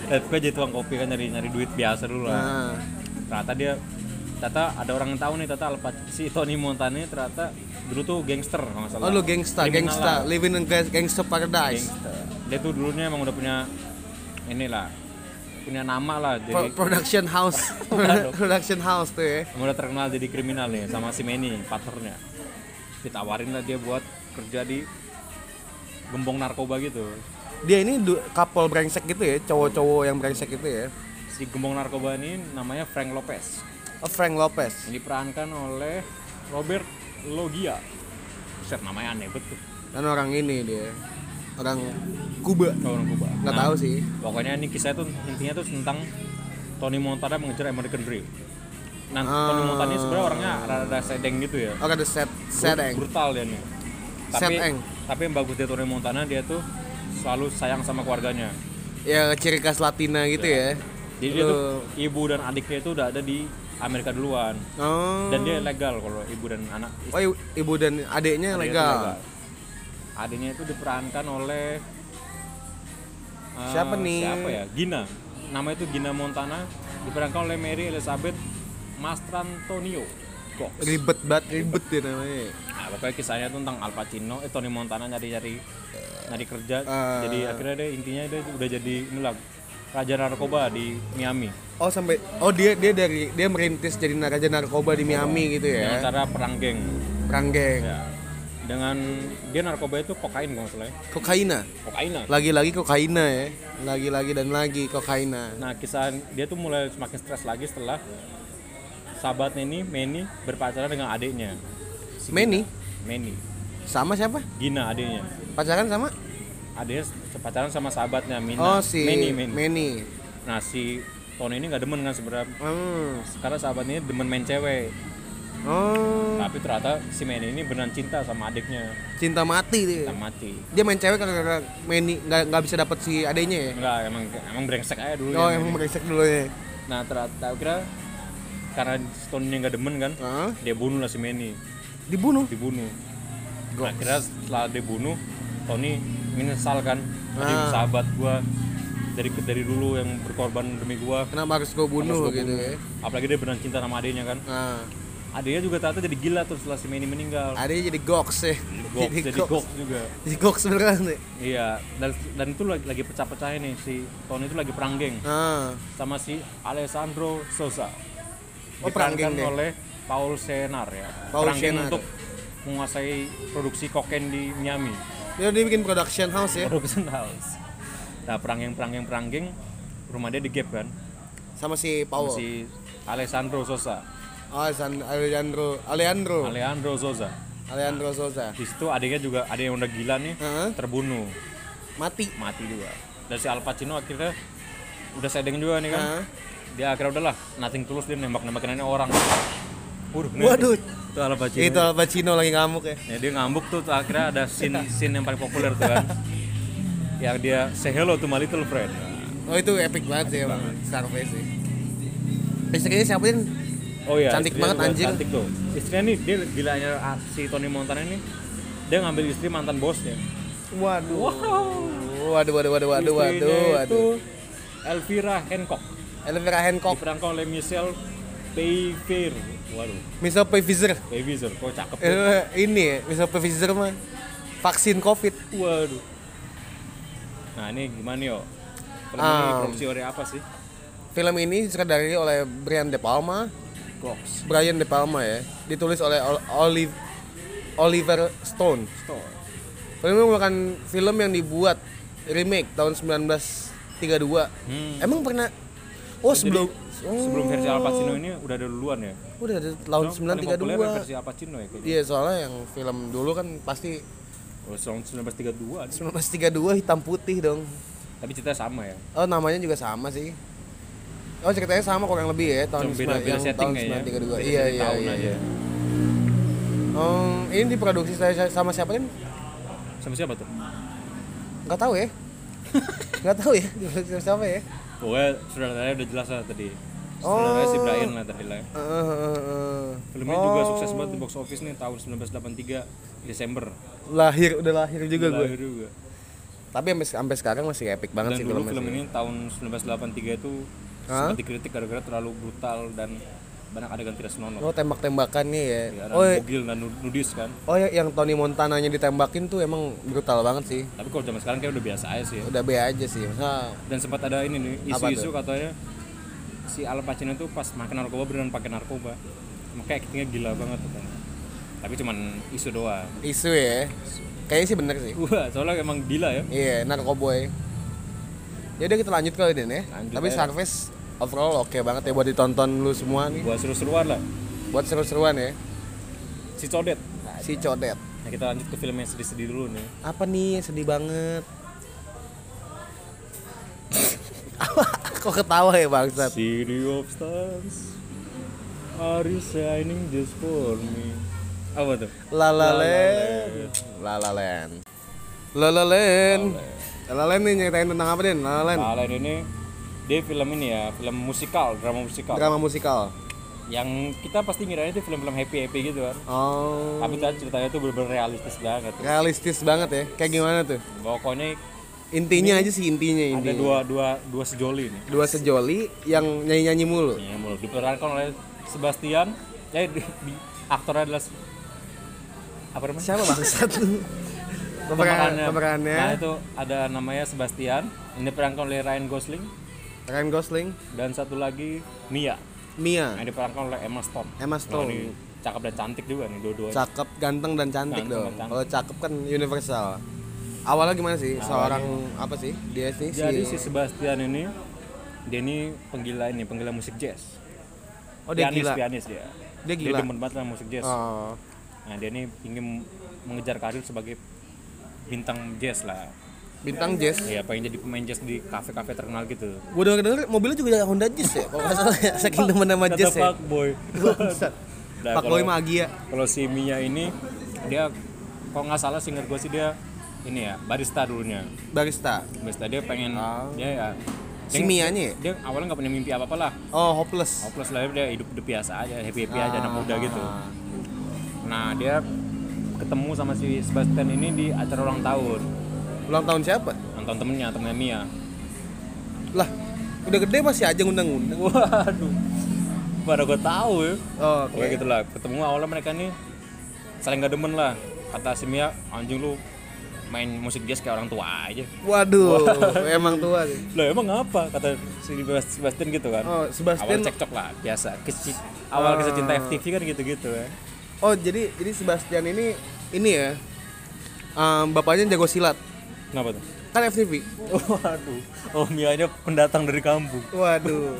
Dan gue jadi tukang kopi kan nyari nyari duit biasa dulu lah. Nah, Ternyata dia ternyata ada orang yang tahu nih ternyata Al Pac- si Tony Montana ini ternyata dulu tuh gangster kalau nggak salah. oh lu gangsta, Kriminal gangsta, lah. living in ga- gangster paradise. Gangster. Dia tuh dulunya emang udah punya inilah punya nama lah Pro- jadi production house, Bukan. production house tuh ya. emang udah terkenal jadi kriminal nih sama si Manny partnernya. Ditawarin lah dia buat kerja di gembong narkoba gitu. Dia ini du- couple brengsek gitu ya, cowok-cowok yang brengsek gitu ya. Si gembong narkoba ini namanya Frank Lopez. Oh, Frank Lopez. Yang diperankan oleh Robert Loggia. Set namanya aneh betul. Dan orang ini dia, orang Kuba. Orang Kuba. Nggak tahu sih. Pokoknya ini kisah tuh intinya tuh tentang Tony Montana mengejar American Dream. Nah, Ah. Tony Montana ini sebenarnya orangnya rada sedeng gitu ya. Oh, ada set set Brut- eng. Brutal dia nih. Tapi Sedeng. tapi yang bagus dari Tony Montana dia tuh selalu sayang sama keluarganya. Ya ciri khas Latina gitu ya. Jadi dia Lu- tuh ibu dan adiknya itu udah ada di Amerika duluan. Oh. Dan dia legal kalau ibu dan anak Oh, i- ibu dan adiknya adiknya itu legal. Adiknya itu diperankan oleh eh, Siapa nih? Siapa ya? Gina. Nama itu Gina Montana. Diperankan oleh Mary Elizabeth Mastrantonio. Kok. Ribet banget, ribet dia namanya. Nah, pokoknya kisahnya tuh tentang Al Pacino, eh Tony Montana nyari-nyari nyari kerja. Ah. Jadi akhirnya dia intinya dia udah jadi inilah raja narkoba di Miami. Oh, sampai oh dia dia dari dia merintis jadi raja narkoba di Miami gitu Dengan ya. cara perang geng. Perang geng. Ya. Dengan dia narkoba itu kokain kalau nggak salah. ya. Kokaina. Kokaina. Lagi-lagi kokaina ya. Lagi-lagi dan lagi kokaina. Nah, kisah dia tuh mulai semakin stres lagi setelah sahabatnya ini Manny berpacaran dengan adiknya. Si Manny? Gina. Manny. Sama siapa? Gina adiknya. Pacaran sama? Adiknya pacaran sama sahabatnya Mina. Oh, si Manny, Manny. Manny. Nah, si Tony ini nggak demen kan sebenarnya. Hmm. Karena sahabatnya ini demen main cewek. Oh, Tapi ternyata si Manny ini beneran cinta sama adiknya. cinta mati dia. Cinta mati. Dia main cewek karena Manny nggak nggak bisa dapet si adiknya ya. Enggak, emang emang brengsek aja dulu. Oh, ya, emang Manny. brengsek dulu ya. Nah, ternyata kira karena si Tony ini nggak demen kan, Hah? dia bunuh lah si Manny. Dibunuh. Dibunuh. Goks. Akhirnya setelah dibunuh, Tony menyesal kan, jadi Ah. sahabat gua dari dari dulu yang berkorban demi gua. Kenapa harus gue bunuh harus gua gitu bunuh. ya? Apalagi dia beneran cinta sama adiknya kan. Nah, Adiknya juga ternyata jadi gila tuh setelah si Manny meninggal. adiknya jadi goks ya. Goks, jadi goks juga. Jadi goks beneran nih. Iya, dan dan itu lagi, lagi pecah-pecahnya nih si Tony itu lagi perang geng Ah, sama si Alessandro Sosa. Oh, perang geng Diperankan deh. oleh Paul Senar ya. Paul perang geng Shenar. untuk menguasai produksi kokain di Miami. dia dia bikin production house ya. Production house. Nah, perang geng perang geng perang geng rumah dia di Gap kan. Sama si Paul. Sama si Alessandro Sosa. Oh, San Alejandro, Alejandro, Alejandro Sosa. Alejandro Sosa. Di situ adiknya juga ada yang udah gila nih, Heeh. terbunuh, Mati. mati juga. Dan si Al Pacino akhirnya udah sedeng juga nih kan. Heeh. Dia akhirnya udahlah, nothing tulus dia nembak-nembakin ini orang. Waduh, Waduh. itu Al Pacino. Itu Al Pacino lagi ngamuk ya. Ya, dia ngambuk tuh, tuh akhirnya ada scene scene yang paling populer tuh kan. Yang dia say hello to my little friend. Oh, itu epic banget sih emang Scarface sih. Istrinya siapa sih? Oh iya, Cantik istrinya banget, juga anjir. Cantik tuh. Istrinya nih dia gilanya ah, si Tony Montana ini dia ngambil istri mantan bosnya. Waduh. Wow. Waduh, waduh, waduh, waduh, Istrinya waduh, itu waduh. Elvira Hancock. Elvira Hancock, Diperankan oleh Michelle Pfeiffer. Waduh, Mister Pfizer. Pfeiffer, kok cakep tuh. Eh, ini ya, Mister Pfizer mah vaksin Covid. Waduh. Nah, ini gimana yo? Film ini Um, produksi oleh apa sih? Film ini disutradarai oleh Brian De Palma, Gox. Brian De Palma ya. Ditulis oleh Ol- Olive Oliver Stone. Store. Film ini merupakan film yang dibuat remake tahun sembilan belas tiga puluh dua. Hmm. Emang pernah Oh, Jadi, sebelum sebelum versi Al Pacino ini udah ada duluan ya? udah dari tahun Soalnya sembilan paling tiga populer dua. versi Al Pacino ya kayaknya. Iya, soalnya yang film dulu kan pasti Oh, tahun sembilan belas tiga puluh dua. ada. sembilan belas tiga puluh dua hitam putih dong. Tapi ceritanya sama ya. Oh, namanya juga sama sih. Oh, ceritanya sama kurang lebih ya, tahun Cuma beda- sembilan- beda yang setting tahun kayaknya. sembilan tiga dua. Beda Iya, dari iya, tahun iya. aja. iya. Oh, ini diproduksi saya sama siapa kan? Sama siapa tuh? Enggak tahu ya. Enggak tahu ya, diproduksi sama siapa ya? Pokoknya saudaranya udah jelas lah tadi. Oh. Saudaranya si Brian lah tadi lah. Eh, eh, eh, eh. Filmnya Oh. juga sukses banget di box office nih tahun sembilan belas delapan puluh tiga Desember. Lahir udah lahir juga Udah gue. lahir juga. Tapi sampai sampai sekarang masih epic banget Dan sih dulu filmnya film sih. ini tahun sembilan belas delapan puluh tiga itu Hah? sempat dikritik gara-gara terlalu brutal dan banyak adegan tidak senonoh. Oh, tembak-tembakannya ya. Ya, dan Oh, bogil dan nudis kan. oh ya, yang Tony Montananya ditembakin tuh emang brutal banget sih. Tapi kalau zaman sekarang kayak udah biasa aja sih. Ya. Udah be aja sih. Masa Dan sempat ada ini nih Apa isu-isu tuh? katanya si Al Pacino tuh pas makan narkoba beneran pakai narkoba. Makanya actingnya gila banget katanya. Tapi cuman isu doang. isu ya. Kayaknya sih bener sih. Wah, soalnya emang gila ya. Iya, narkoboy. Ya udah kita lanjut kali Den ya. Lanjut Tapi aja. Scarface overall oke banget ya buat ditonton lu semua nih. Buat seru-seruan lah. Buat seru-seruan ya. Si Codet. Si Codet. Nah, kita lanjut ke film yang sedih-sedih dulu nih. Apa nih yang sedih banget? Kok ketawa ya bangsat? City of Stars are you shining just for me. Apa tuh? La La La La Land. La La Land. La La Land. La La Land nih nyeritain tentang apa Den? La La Land. La La Land ini dia film ini ya, film musikal, drama musikal. Drama musikal. Yang kita pasti ngiranya itu film-film happy-happy gitu kan. Oh. Tapi tadi ceritanya tuh bener-bener realistis banget. Realistis banget ya. Kayak gimana tuh? Pokoknya Intinya aja sih intinya ada intinya. dua dua dua sejoli nih. Dua sejoli yang nyanyi-nyanyi mulu. Yang mulai diperankan oleh Sebastian. Ya di, di- aktornya adalah apa namanya? Siapa bangsat? Pemerannya. Pemerannya Nah itu ada namanya Sebastian. Ini diperankan oleh Ryan Gosling Ryan Gosling, dan satu lagi Mia. Mia, Yang diperankan oleh Emma Stone. Emma Nah, Stone. ini cakep dan cantik juga nih dua-duanya. Cakep, ganteng dan cantik Ganteng dong. dan cantik. Kalau cakep kan universal. Awalnya gimana sih? Awalnya- Seorang apa sih? Dia sih Jadi si si Sebastian ini dia ini penggila ini, penggila musik jazz. Oh, dia pianis, gila. pianis dia. Dia gila. Dia demen banget sama musik jazz. Oh. Nah, dia ini ingin mengejar karir sebagai bintang jazz lah. Bintang jazz. Ya, pengen jadi pemain jazz di kafe-kafe terkenal gitu. Gue denger denger mobilnya juga Honda Jazz ya. Kalau nggak salah ya. Saking demen sama Kata jazz ya. Pak Boy. Nah, Pak Boy kalau- mah Agia. Kalau si Mia ini dia kalau nggak salah seingat gue sih dia ini ya barista dulunya. Barista. Barista dia pengen Ah. dia ya Si dia- Mianya ya? Dia awalnya nggak punya mimpi apa-apa lah. Oh, hopeless. Hopeless lah dia hidup hidup biasa aja, happy happy aja anak muda gitu. Ah. Nah dia ketemu sama si Sebastian ini di acara ulang tahun, Ulang tahun siapa? nonton temennya temennya Mia. Lah, udah gede masih aja ngundang-ngundang. Waduh, baru gue tahu ya. Oh, Oke gitu lah. Ketemu awalnya mereka nih saling gak demen lah. Kata si Mia, anjing lu main musik jazz kayak orang tua aja. Waduh, emang tua sih. Lah emang apa? Kata si Sebastian gitu kan. Oh, Sebastian. Awal cekcok lah, biasa. Keci- awal kisah cinta F T V kan gitu-gitu ya. Oh, jadi jadi Sebastian ini ini ya. em, bapaknya jago silat. Kenapa tuh? Kan F T V. Waduh, oh Mianya pendatang dari kampung. Waduh.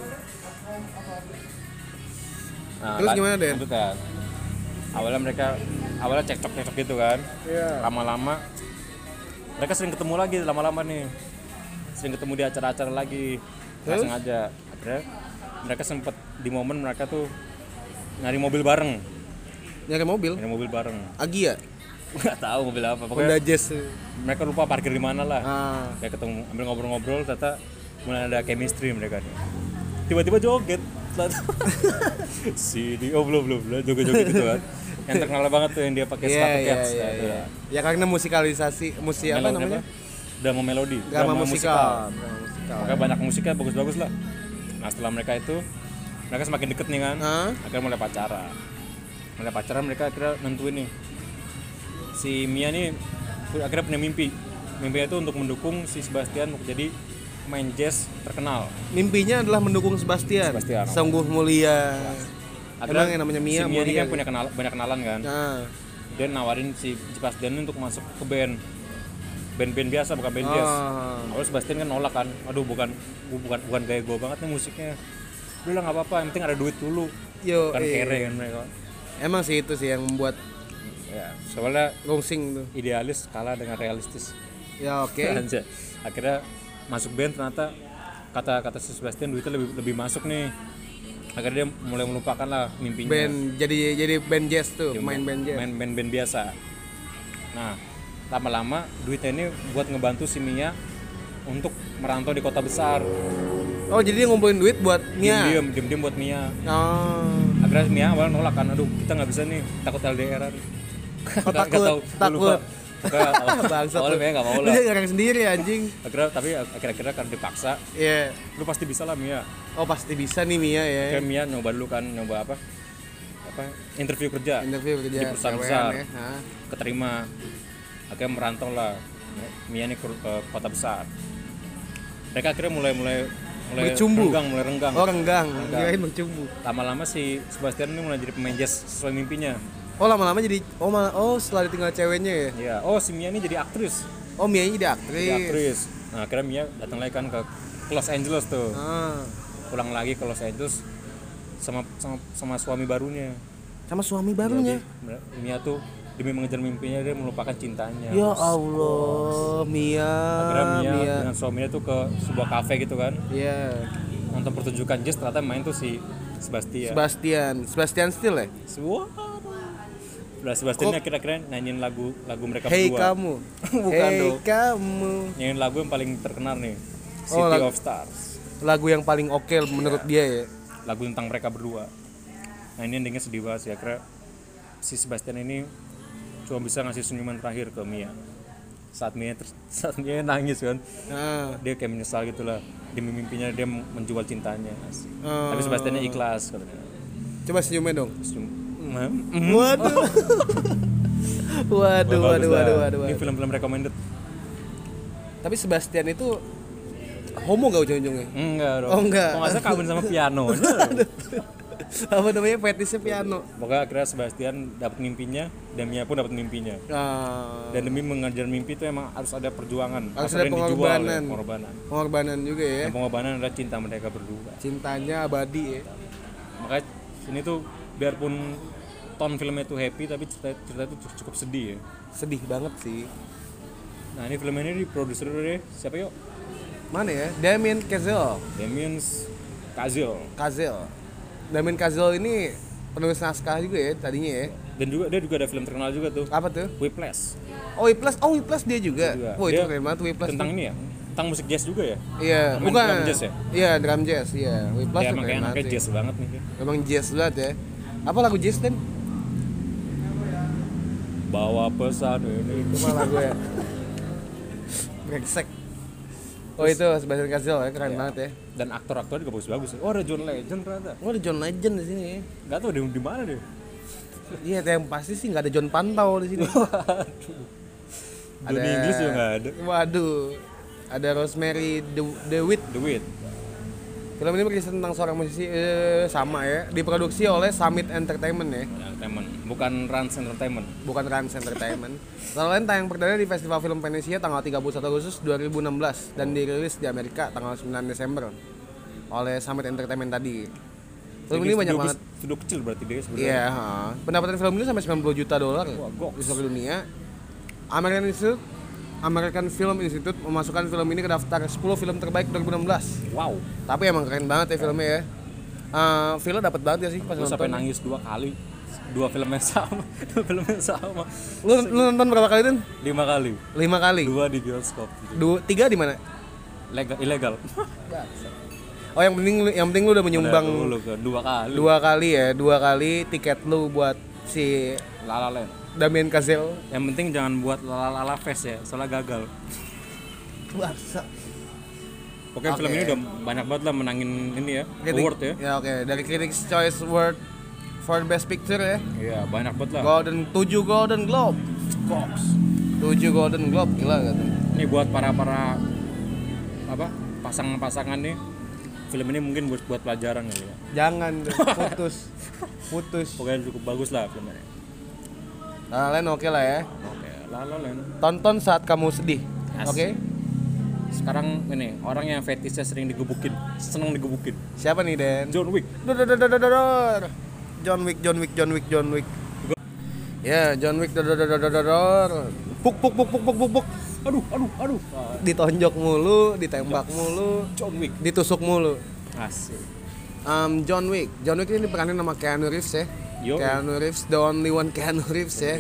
Nah, Terus lan- gimana, Den? lanjut ya. Awalnya mereka awalnya cekcok-cekcok gitu kan. Iya. Lama-lama mereka sering ketemu lagi lama-lama nih. Sering ketemu di acara-acara lagi. Nggak Terus? sengaja. Akhirnya mereka sempet di momen mereka tuh nyari mobil bareng. Nyari mobil. Nyari mobil bareng. Agia. Nggak tahu mobil apa. Honda Pokoknya Jazz. mereka lupa parkir di mana lah. Ah. Kayak ketemu ambil ngobrol-ngobrol ternyata mulai ada chemistry mereka nih. Tiba-tiba joget. Si di oh belum belum belum joget-joget gitu kan. Yang terkenal banget tuh yang dia pakai Iya, sepatu iya, cats. iya, Nah, itu iya. lah. Ya karena musikalisasi, musik apa Melodi namanya? Drama melodi. Drama musikal. Drama musikal. Makanya banyak musiknya bagus-bagus lah. Nah setelah mereka itu mereka semakin deket nih kan. Hah? Akhirnya mulai pacaran. Mulai pacaran mereka akhirnya nentuin nih. Si Mia nih akhirnya punya mimpi. Mimpinya itu untuk mendukung si Sebastian untuk jadi pemain jazz terkenal. Mimpinya adalah mendukung Sebastian. Sebastian. Sungguh mulia. Emang yang namanya Mia si Mia ini mulia kan punya kenal, banyak kenalan kan. Nah. Dia nawarin si Sebastian untuk masuk ke band. Band-band biasa bukan band jazz. Oh. Awalnya Sebastian kan nolak kan. Aduh bukan gua bukan bukan gaya gue banget nih musiknya. Udah lah nggak apa-apa, yang penting ada duit dulu. Yo, Kan iya. kere kan mereka. Emang sih itu sih yang membuat Ya, soalnya gongsing tuh. idealis kalah dengan realistis. Ya oke. Anjay. Akhirnya masuk band ternyata kata kata si Sebastian duitnya lebih lebih masuk nih. Akhirnya dia mulai melupakan lah mimpinya. Band jadi jadi band jazz tuh, Dia main band jazz. main band-band biasa. Nah, lama-lama duitnya ini buat ngebantu si Mia untuk merantau di kota besar. Oh, jadi dia ngumpulin duit buat Mia. Diam, diam, diam buat Mia. Oh. Akhirnya Mia awalnya nolak kan, aduh kita nggak bisa nih, takut L D R-an. Oh, takut, takut. Pokoknya awal- Bangsat awalnya lu. Mia nggak mau Lu lah. jangan ngarang sendiri anjing. Akhirnya tapi akhir-akhirnya kan dipaksa. Iya. Lu pasti bisa lah Mia. Oh pasti bisa nih Mia ya. Kayak Mia nyoba dulu kan, nyoba apa? Apa? Interview kerja. Interview kerja Di perusahaan gawean besar. ya. Hah. Keterima. Akhirnya merantau lah. Mia nih ke, ke kota besar. Mereka akhirnya mulai mulai mulai Bercumbu. renggang, mulai renggang. Oh renggang, Renggang. kirain bercumbu. Lama-lama si Sebastian ini mulai jadi pemain jazz sesuai mimpinya. Oh lama-lama jadi oh malah oh setelah ditinggal ceweknya ya. Iya. Oh si Mia ini jadi aktris. Oh Mia jadi aktris. Jadi aktris. Nah akhirnya Mia datang lagi kan ke Los Angeles tuh. Ah. Pulang lagi ke Los Angeles sama sama sama suami barunya. Sama suami barunya. Jadi, Mia tuh demi mengejar mimpinya dia melupakan cintanya. Ya Allah, Mia. Akhirnya Mia, Mia. dengan suaminya tuh ke sebuah kafe gitu kan. Iya. Nonton pertunjukan jazz, ternyata main tuh si Sebastian. Sebastian, Sebastian Still ya? Wah. Udah Sebastian ini akhir-akhirnya nyanyiin lagu lagu mereka Hey berdua. kamu. Bukan hey dong. kamu. Nyanyiin lagu yang paling terkenal nih. City Oh, lagu- of Stars. Lagu yang paling oke menurut dia ya. Lagu tentang mereka berdua. Nah ini endingnya sedih banget sih. Akhirnya si Sebastian ini cuma bisa ngasih senyuman terakhir ke Mia. Saat Mia ter- saat Mia nangis kan, Nah. dia kayak menyesal gitulah. Demi mimpinya dia menjual cintanya. Asik. Oh. Tapi Sebastiannya ikhlas katanya. Coba senyumnya dong. Senyum. Waduh. waduh, Wah, waduh, bagus lah. waduh, waduh, Ini waduh. film-film recommended. Tapi Sebastian itu homo gak ujung-ujungnya? Enggak dong. Oh, enggak. Kok nggak salah kawin sama piano. Apa namanya fetisnya piano? Pokoknya akhirnya Sebastian dapat mimpinya dan Mia pun dapat mimpinya. Ah, Dan demi mengejar mimpi itu emang harus ada perjuangan, Harus ada yang dijual, pengorbanan. ya, pengorbanan. pengorbanan juga ya. Dan pengorbanan adalah cinta mereka berdua. Cintanya abadi ya. Makanya ini tuh biarpun tone filmnya tuh happy tapi cerita cerita itu cukup sedih ya. Sedih banget sih. Nah ini film ini diproduksi oleh siapa yuk? Mana ya? Damien Chazelle. Damien Chazelle. Chazelle. Damien Chazelle ini penulis naskah juga ya tadinya ya. Dan juga dia juga ada film terkenal juga tuh. Apa tuh? Whiplash. Oh Whiplash, oh Whiplash dia juga. Dia juga. Wah itu Dia keren banget Whiplash. Tentang tuh. ini ya, tentang musik jazz juga ya. Iya, Main bukan. drum jazz ya? Iya, drum jazz, iya. Whiplash Ya tuh emang keren kayak banget anaknya sih. jazz banget nih. Emang jazz banget ya. Apa lagu jazz Dan? Bawa pesan ini. Itu mah lagu ya. Brengsek. Oh itu Sebastian Chazelle ya, keren Iya. banget ya. Dan aktor-aktor juga bagus-bagus. Oh ada John Legend ternyata. Oh ada John Legend di sini ya. Gak tau dia di mana deh. Iya, yang pasti sih nggak ada John Pantau di sini. Johnny English juga nggak ada. Waduh. Ada Rosemary De- DeWitt. The Wit. Film ini berkisah tentang seorang musisi eh, sama ya, diproduksi oleh Summit Entertainment ya, Entertainment, bukan Rans Entertainment. bukan Rans Entertainment. Lalu lain tayang perdana di Festival Film Venesia tanggal tiga puluh satu Agustus dua ribu enam belas dan dirilis di Amerika tanggal sembilan Desember oleh Summit Entertainment tadi. Film ini banyak banget. Studio kecil berarti dia sebenarnya. Iya, ha. Pendapatan film ini sampai sembilan puluh juta dolar Wah, goks. di seluruh dunia. American Institute American Film Institute memasukkan film ini ke daftar sepuluh film terbaik dua ribu enam belas. Wow. Tapi emang keren banget ya filmnya ya. Uh, Villa dapat banget ya sih pas Gue nonton. sampai nangis dua kali. Dua film yang sama. Dua film yang sama. Lu, lu nonton berapa kali Din? Lima kali. Lima kali. Dua di bioskop. Dua, tiga di mana? Legal, ilegal. Oh yang penting lu- yang penting lu udah menyumbang Udah dulu kan dua kali. dua kali ya, dua kali tiket lu buat si La La Land. Damien Chazelle. Yang penting jangan buat lala-lala fest ya, soalnya gagal. Wah, Pokoknya Oke. film ini udah banyak banget lah menangin ini ya, award ya. Ya oke, dari Critics Choice Award for Best Picture ya. Iya, banyak banget lah. Golden tujuh Golden Globe. Goks. tujuh Golden Globe gila gitu. Ini buat para-para apa? Pasangan-pasangan nih. Film ini mungkin buat buat pelajaran kali ya. Jangan deh, putus. Putus. Pokoknya cukup bagus lah filmnya. Nah, lain oke lah ya. Oke, La La Land. Tonton saat kamu sedih. Asik. Oke. Sekarang ini orang yang fetishnya sering digebukin, seneng digebukin. Siapa nih, Den? John Wick. Dor, dor, dor, dor, dor, dor. John Wick, John Wick, John Wick, John Wick. Ya, John Wick, dor, dor, dor, dor, dor, dor. Puk, puk, puk, puk, puk, puk, puk. Aduh, aduh, aduh. Ditonjok mulu, ditembak mulu, John Wick. ditusuk mulu. Asik. Um, John Wick, John Wick ini diperanin sama Keanu Reeves ya. Yo. Keanu Reeves, the only one Keanu Reeves ya.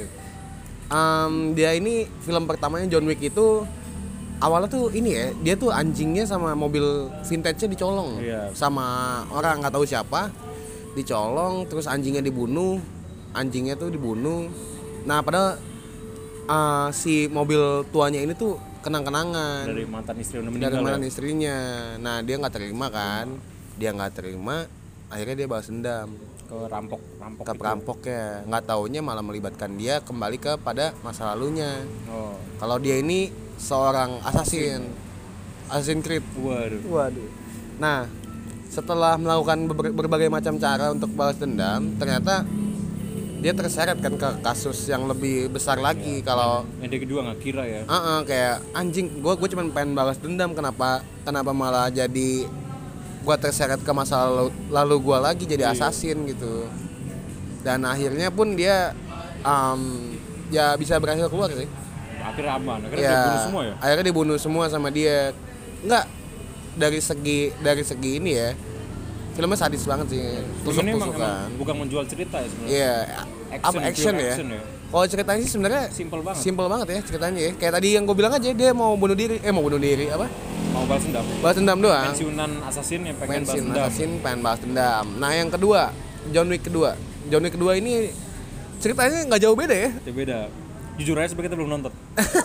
Um, dia ini film pertamanya John Wick itu awalnya tuh ini ya, dia tuh anjingnya sama mobil vintage-nya dicolong Iya. sama orang nggak tahu siapa, dicolong terus anjingnya dibunuh, anjingnya tuh dibunuh. Nah padahal uh, si mobil tuanya ini tuh kenang-kenangan Dari mantan istri udah dari meninggal. mantan ya? istrinya. Nah dia nggak terima kan, dia nggak terima, akhirnya dia balas dendam Ke rampok, rampok. ke itu. perampoknya. Nggak taunya malah melibatkan dia kembali ke pada masa lalunya. Oh. Kalau dia ini seorang assassin, Assassin's Creed. Waduh. Waduh. Nah, setelah melakukan ber- berbagai macam cara untuk balas dendam, ternyata dia terseret kan ke kasus yang lebih besar lagi. Kalau Yang dia kedua nggak kira ya. uh kayak anjing, gue gue cuma pengen balas dendam, kenapa kenapa malah jadi gue terseret ke masa lalu, lalu gue lagi jadi assassin gitu. Dan akhirnya pun dia um, ya bisa berhasil keluar sih. Akhirnya aman. Akhirnya Ya, dia bunuh semua ya. akhirnya dibunuh semua sama dia. Enggak, dari segi dari segi ini ya, filmnya sadis banget sih, Film ini emang, tusuk-tusukan. emang bukan menjual cerita ya sebenarnya. Iya, apa Action, action pure ya? action ya. Kalau ceritanya sih sebenarnya Simple banget. simple banget ya ceritanya ya. Kayak tadi yang gue bilang aja, dia mau bunuh diri, eh mau bunuh diri apa? Mau balas dendam. Balas dendam doang. Pensiunan assassin yang pengen balas Pensiun dendam. assassin pengen balas dendam. Nah yang kedua, John Wick kedua. John Wick kedua ini ceritanya nggak jauh beda ya. Itu beda. Jujur aja sebagai kita belum nonton.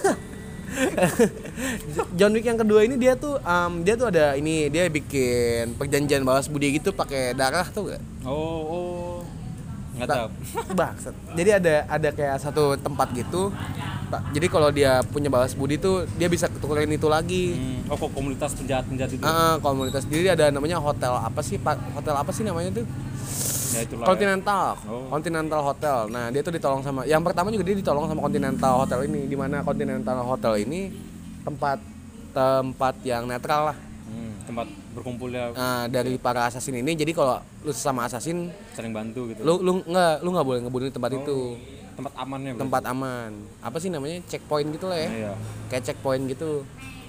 John Wick yang kedua ini dia tuh um, dia tuh ada ini, dia bikin perjanjian balas budi gitu pakai darah tuh gak? Oh, oh. Nggak tahu. Bangsat. Jadi ada ada kayak satu tempat gitu. Pak. Jadi kalau dia punya balas budi tuh dia bisa tukerin itu lagi. Hmm. Oh, kok komunitas penjahat-penjahat itu. Ah, komunitas. Jadi ada namanya hotel apa sih? Pak? Hotel apa sih namanya tuh? Ya itulah. Continental. Oh. Continental Hotel. Nah, dia tuh ditolong sama yang pertama juga dia ditolong sama Continental Hotel ini, di mana Continental Hotel ini tempat tempat yang netral lah. Hmm, tempat berkumpulnya Nah, dari para assassin ini. Jadi kalau lu sesama assassin, saling bantu gitu. lu lu enggak lu enggak boleh ngebunuh di tempat Oh, itu. Tempat amannya. berarti. Tempat aman. Apa sih namanya? Checkpoint gitu lah ya. Iya. Kayak checkpoint gitu.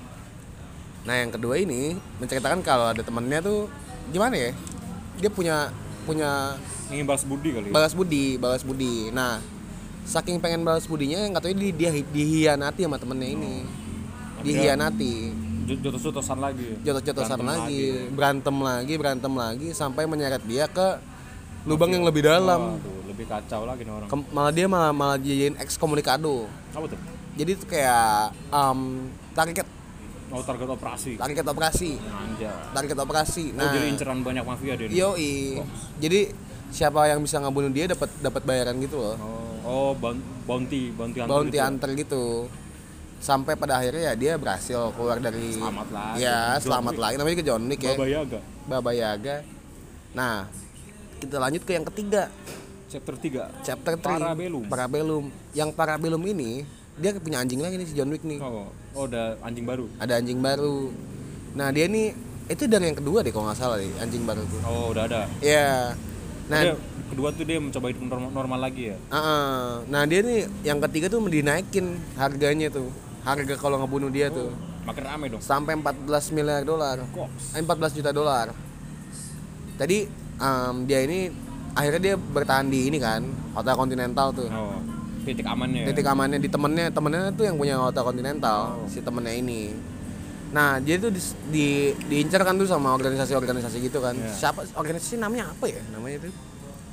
Nah yang kedua ini menceritakan kalau ada temennya tuh gimana ya, dia punya punya Ingin balas budi kali. balas budi balas budi. Nah saking pengen balas budinya yang katanya dia, dia dihianati sama temennya ini. Dihianati, Jotos-jotosan lagi. jotos-jotosan Berantem lagi, berantem lagi berantem lagi sampai menyeret dia ke lubang yang lebih dalam. Waduh, lebih kacau lagi nih orang. Ke- malah dia malah malah jadiin ekskomunikado. Apa tuh? Jadi itu kayak um, target Oh, target operasi. target operasi Anjay. target operasi. Oh, Nah, jadi inceran banyak mafia dia. nih. yoi. Jadi siapa yang bisa ngebunuh dia dapat dapat bayaran gitu loh. Oh, oh boun- bounty, bounty hunter Bounty gitu. hunter gitu. Sampai pada akhirnya ya dia berhasil keluar dari Selamat lagi. Ya, John selamat Wick. lagi. Namanya juga John Wick ya. Baba Yaga. Baba Yaga. Nah, kita lanjut ke yang ketiga, Chapter tiga. chapter tiga. Parabellum. Parabellum. Yang Parabellum ini dia punya anjing lagi nih si John Wick nih. Oh, oh udah anjing baru. Ada anjing baru. Nah, dia nih itu dari yang kedua deh kalau nggak salah deh, anjing baru tuh. Oh, udah ada. Iya. Nah, Dia, kedua tuh dia mencoba hidup normal, normal lagi ya. Uh-uh. Nah dia nih yang ketiga tuh dinaikin harganya tuh, harga kalau ngebunuh dia tuh Makin rame dong. sampai empat belas miliar dolar, Kops. eh, empat belas juta dolar. Tadi um, dia ini akhirnya dia bertahan di ini kan, Hotel Continental tuh. Oh, titik amannya. Titik amannya di temennya, temennya tuh yang punya Hotel Continental, si temennya ini. Nah dia tuh di, di diincar kan tuh sama organisasi-organisasi gitu kan. Iya. Siapa organisasi namanya apa ya namanya tuh?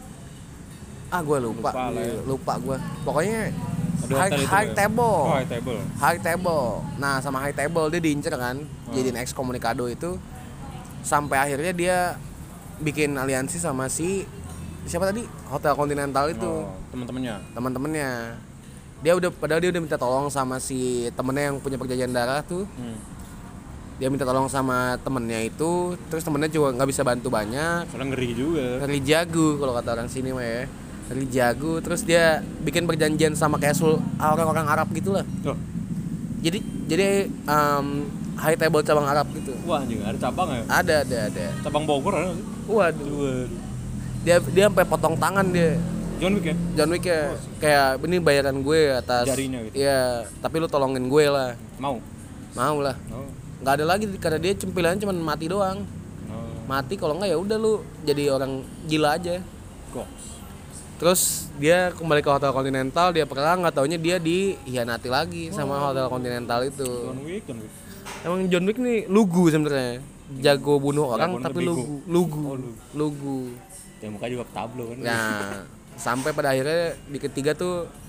Ah gue lupa, Lupa lah ya. lupa gue. Pokoknya Ada high, hotel itu high ya? table, Oh, high table. high table. Nah sama high table dia diincar kan, Oh. jadiin ekskomunikado itu. Sampai akhirnya dia bikin aliansi sama si siapa tadi, Hotel Continental itu. Oh, teman-temannya. Teman-temannya. Dia udah padahal dia udah minta tolong sama si temennya yang punya perjanjian darah tuh. Hmm. Dia minta tolong sama temennya itu, terus temennya juga nggak bisa bantu banyak. Soalnya ngeri juga. Ngeri jago kalau kata orang sini mah ya. Ngeri jago, terus dia bikin perjanjian sama kayak sul orang-orang Arab gitulah. Oh, Jadi jadi um, high table cabang Arab gitu. wah anjing, ada cabang ya? Ada ada ada. Cabang Bogor ada nggak sih? Waduh. Waduh. Dia dia sampai potong tangan dia. John Wick ya? John Wick ya, kayak ini bayaran gue atas. Jarinya gitu. Iya, tapi lu tolongin gue lah. Mau? Mau lah. Oh. Nggak ada lagi karena dia cempilannya cuma mati doang. Oh. Mati kalau nggak ya udah lu jadi orang gila aja. Goks. Terus dia kembali ke Hotel Continental, dia perang, nggak taunya dia dihianati lagi sama Oh. Hotel Continental itu. John Wick, John Wick. Emang John Wick nih lugu sebenarnya, jago bunuh orang Jagoan tapi bego. lugu, lugu, Oh, lugu. lugu. Yang muka juga tablo kan. Nah sampai pada akhirnya di ketiga tuh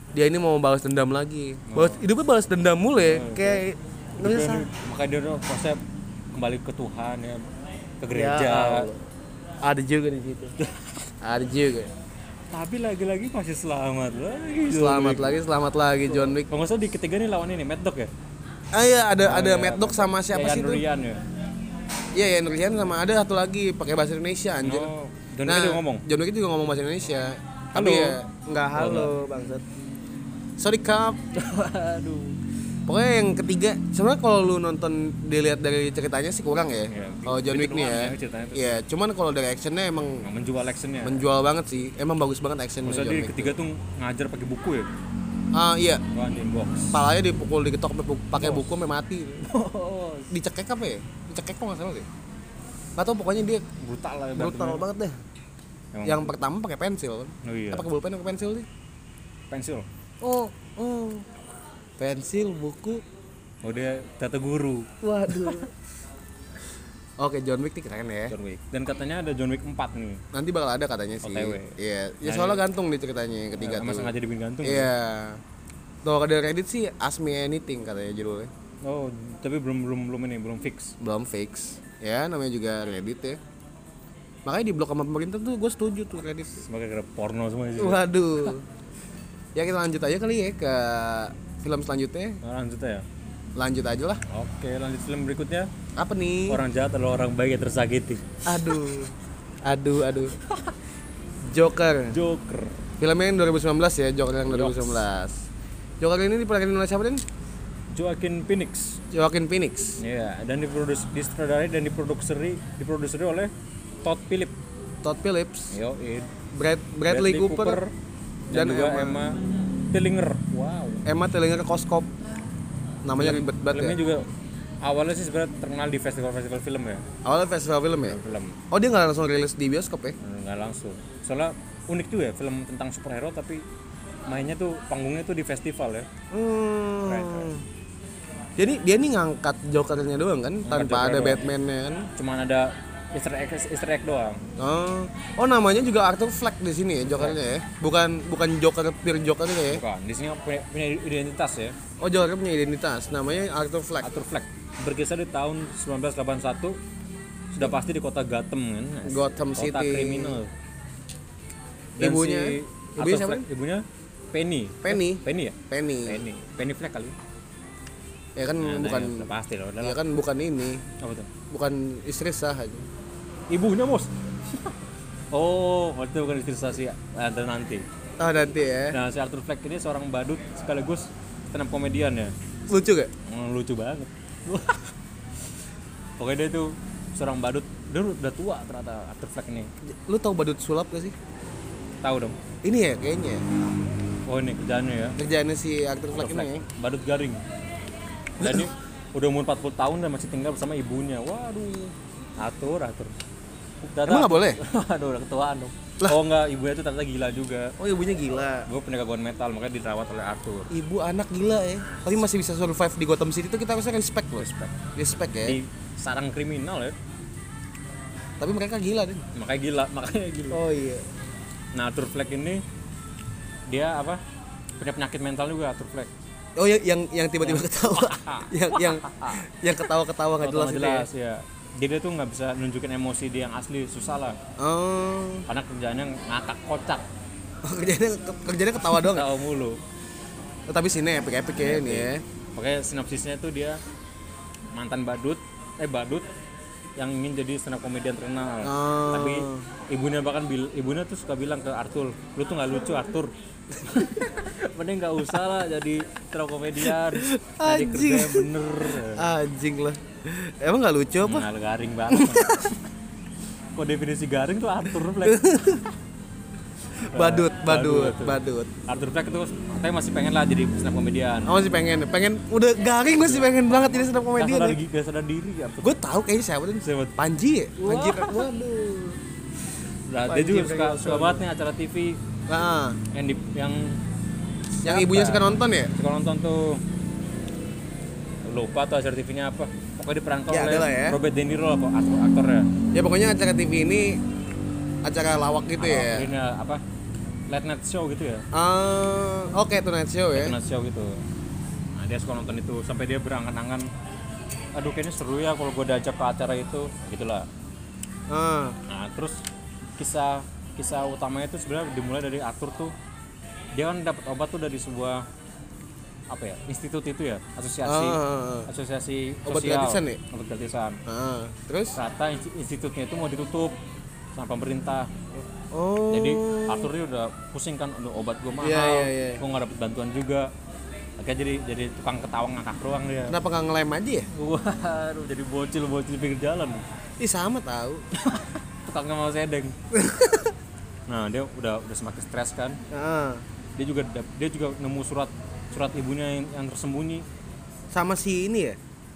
dia ini mau balas dendam lagi. Balas hidupnya balas dendam mulu ya. Kayak nggak bisa. Makanya dia udah konsep kembali ke Tuhan ya, ke gereja. Ya, ada juga di situ. Ada juga. Tapi lagi-lagi masih selamat lagi. Selamat lagi, selamat lagi John Wick. Kalau nggak salah di ketiga nih lawan ini Mad Dog ya. Ah iya ada Oh, ada iya, Mad Dog sama siapa Yayan sih itu? Rian ya. Iya ya Rian sama ada satu lagi pakai bahasa Indonesia anjir. Oh, John nah, Wick juga ngomong. John Wick juga ngomong bahasa Indonesia. Tapi Halo. ya enggak halo bangsat. Sorry Kap. Aduh. Pokoknya yang ketiga, sebenarnya kalau lu nonton dilihat dari ceritanya sih kurang ya. Iya, Kalau John Wick nih ya. ya ceritanya tuh. Iya, cuman kalau dari actionnya emang Nggak menjual actionnya. menjual banget sih. Emang bagus banget actionnya Maksudnya John di Wick. ketiga tuh ngajar pakai buku ya. Ah iya, Wah, di box. palanya dipukul diketok pakai bu- pakai Oh. buku sampai mati. Oh, Dicekek apa ya? Dicekek kok nggak salah deh. Gak tau pokoknya dia brutal lah. brutal berantemnya. banget deh. Emang Yang pertama pakai pensil. Oh iya. Apa pakai pulpen pakai pensil sih? Pensil. Oh, oh. Pensil, buku. Oh dia tata guru. Waduh. Oke, John Wick nih keren ya. John Wick. Dan katanya ada John Wick empat nih. Nanti bakal ada katanya sih. O T W. Iya, ya Nah, soalnya ini- gantung di ceritanya yang ketiga Emang tuh. sengaja dibikin gantung. Iya. Tuh ada Reddit sih Ask Me Anything katanya judulnya. Oh, tapi belum belum belum ini, belum fix. Belum fix. Ya, namanya juga Reddit ya. Makanya di blok sama pemerintah tuh gue setuju tuh Reddit. Sebagai kira porno semua sih. Waduh. Ya kita lanjut aja kali ya ke film selanjutnya. Nah, lanjut ya. Lanjut aja lah. Oke, lanjut film berikutnya. Apa nih? Orang jahat adalah orang baik yang tersakiti. Aduh. Aduh, aduh. Joker. Joker. Filmnya yang dua ribu sembilan belas ya, Joker yang dua ribu sembilan belas. Joker ini diperanin oleh siapa, Den? Joaquin Phoenix. Joaquin Phoenix. Iya, dan diproduksi disutradarai dan diproduksi diproduksi oleh Todd Phillips. Todd Phillips. Yo, it. Brad, Bradley, Cooper, dan, dan juga Emma. Emma Tillinger. Wow. Emma Tillinger Koskop. Namanya ribet banget Filmnya ya. juga awalnya sih sebenarnya terkenal di festival-festival film ya. Awalnya festival film ya. Film Oh dia nggak langsung rilis di bioskop ya? nggak langsung. Soalnya unik juga ya film tentang superhero tapi mainnya tuh panggungnya tuh di festival ya. Hmm. Keren, keren. Jadi dia nih ngangkat Jokernya doang kan, tanpa Joker ada doang. Batman-nya kan. Cuman ada Easter egg Easter egg doang. Oh, oh namanya juga Arthur Fleck di sini ya Jokernya ya. Bukan bukan Joker pure Joker gitu ya. Bukan. Di sini punya, punya identitas ya. Oh Joker punya identitas, namanya Arthur Fleck. Arthur Fleck berkisah di tahun sembilan belas delapan puluh satu, sudah pasti di kota Gotham kan. Gotham kota City. kriminal. Dan Ibunya? si Ibunya Arthur siapa? Fleck, ibunya Penny. Penny. Penny ya? Penny. Penny. Penny Fleck kali. Ya kan Nah, bukan nah, ya, udah pasti loh. ya kan bukan ini, Apa tuh? bukan istri sah aja. Ibunya, Bos. Oh, itu bukan istri sih nanti nanti. Oh nanti ya. Nah, si Arthur Fleck ini seorang badut sekaligus stand up komedian ya. Lucu gak? Hmm, lucu banget. Pokoknya dia tuh seorang badut, dia udah tua ternyata Arthur Fleck ini. Lu tau badut sulap gak sih? Tahu dong. Ini ya kayaknya. Oh, ini kerjaannya ya. Kerjaannya si Arthur Fleck Arthur Fleck, ini. badut garing. Dan ini udah umur empat puluh tahun dan masih tinggal bersama ibunya. Waduh. Atur, atur. Ternyata- Emang nggak boleh? Aduh, udah ketuaan dong. Lah. Oh enggak, ibunya tuh ternyata gila juga. Oh ibunya gila. Gue punya gangguan mental, makanya dirawat oleh Arthur. Ibu anak gila ya. Tapi masih bisa survive di Gotham City itu kita harusnya respect loh. Respect. Respect ya. Di sarang kriminal ya. Tapi mereka gila deh. Makanya gila, makanya gila. Oh iya. Nah, Arthur Fleck ini dia apa? Punya penyakit mental juga Arthur Fleck. Oh yang yang yang tiba-tiba ketawa. yang yang yang ketawa-ketawa nggak jelas, Nggak itu ya. jelas ya. Dia, dia tuh nggak bisa nunjukin emosi dia yang asli, susah lah. Oh. Karena kerjaannya ngakak kocak, kerjanya kerjanya ketawa doang. tahu mulu. Oh, tapi sini epic-epic ya ini ya. Makanya sinopsisnya tuh dia mantan badut, eh badut yang ingin jadi stand up komedian terkenal. Oh. Tapi ibunya bahkan bil, ibunya tuh suka bilang ke Arthur, lu tuh nggak lucu Arthur. Mending nggak usah lah jadi stand up komedian, jadi kerja Anjing. yang bener. Anjing lah. Emang nggak lucu apa? Nah, garing banget. Kok definisi garing tuh Arthur Fleck. Badut, badut, Badut. badut. Arthur Fleck itu katanya masih pengen lah jadi stand up komedian. Oh masih pengen, pengen udah garing masih pengen banget jadi stand up Gak comedian. sadar, Ya. gak sadar diri Arthur. Gue tahu kayaknya siapa tuh. Siapa? Panji ya? Panji. Wah. Waduh. Nah, dia Panji juga suka Pragiwaksono. suka banget nih acara T V Nah, yang di, yang yang siapa? ibunya suka nonton ya? Suka nonton tuh. Lupa tuh acara T V-nya apa. Pokoknya diperankan Ya, oleh adalah ya. Robert De Niro apa aktor aktornya. Ya pokoknya acara T V ini acara lawak gitu ya. Ini apa? late night show gitu ya. Ah, oke okay, Tonight Show ya. Tonight Show gitu. Nah, dia suka nonton itu sampai dia berangan-angan, aduh kayaknya seru ya kalau gue diajak ke acara itu, gitulah. Ah. Nah, terus kisah kisah utamanya itu sebenarnya dimulai dari Arthur tuh. Dia kan dapat obat tuh dari sebuah apa ya? Institut itu ya, asosiasi Ah. asosiasi Obat sosial. gratisan ya? Obat gratisan. Ah. Terus? Ternyata institutnya itu mau ditutup sama pemerintah. Oh. Jadi Arthur ini udah pusing kan, udah obat gue mahal, Iya, iya, iya. gue nggak dapet bantuan juga. Akhirnya jadi jadi tukang ketawa ngakak doang dia. Kenapa nggak ngelem aja ya? Waduh, jadi bocil bocil di pinggir jalan. Ih sama tahu. Tukang nggak mau sedeng. Nah dia udah udah semakin stres kan. Ah. Dia juga dia juga nemu surat surat ibunya yang, yang tersembunyi. Sama si ini ya?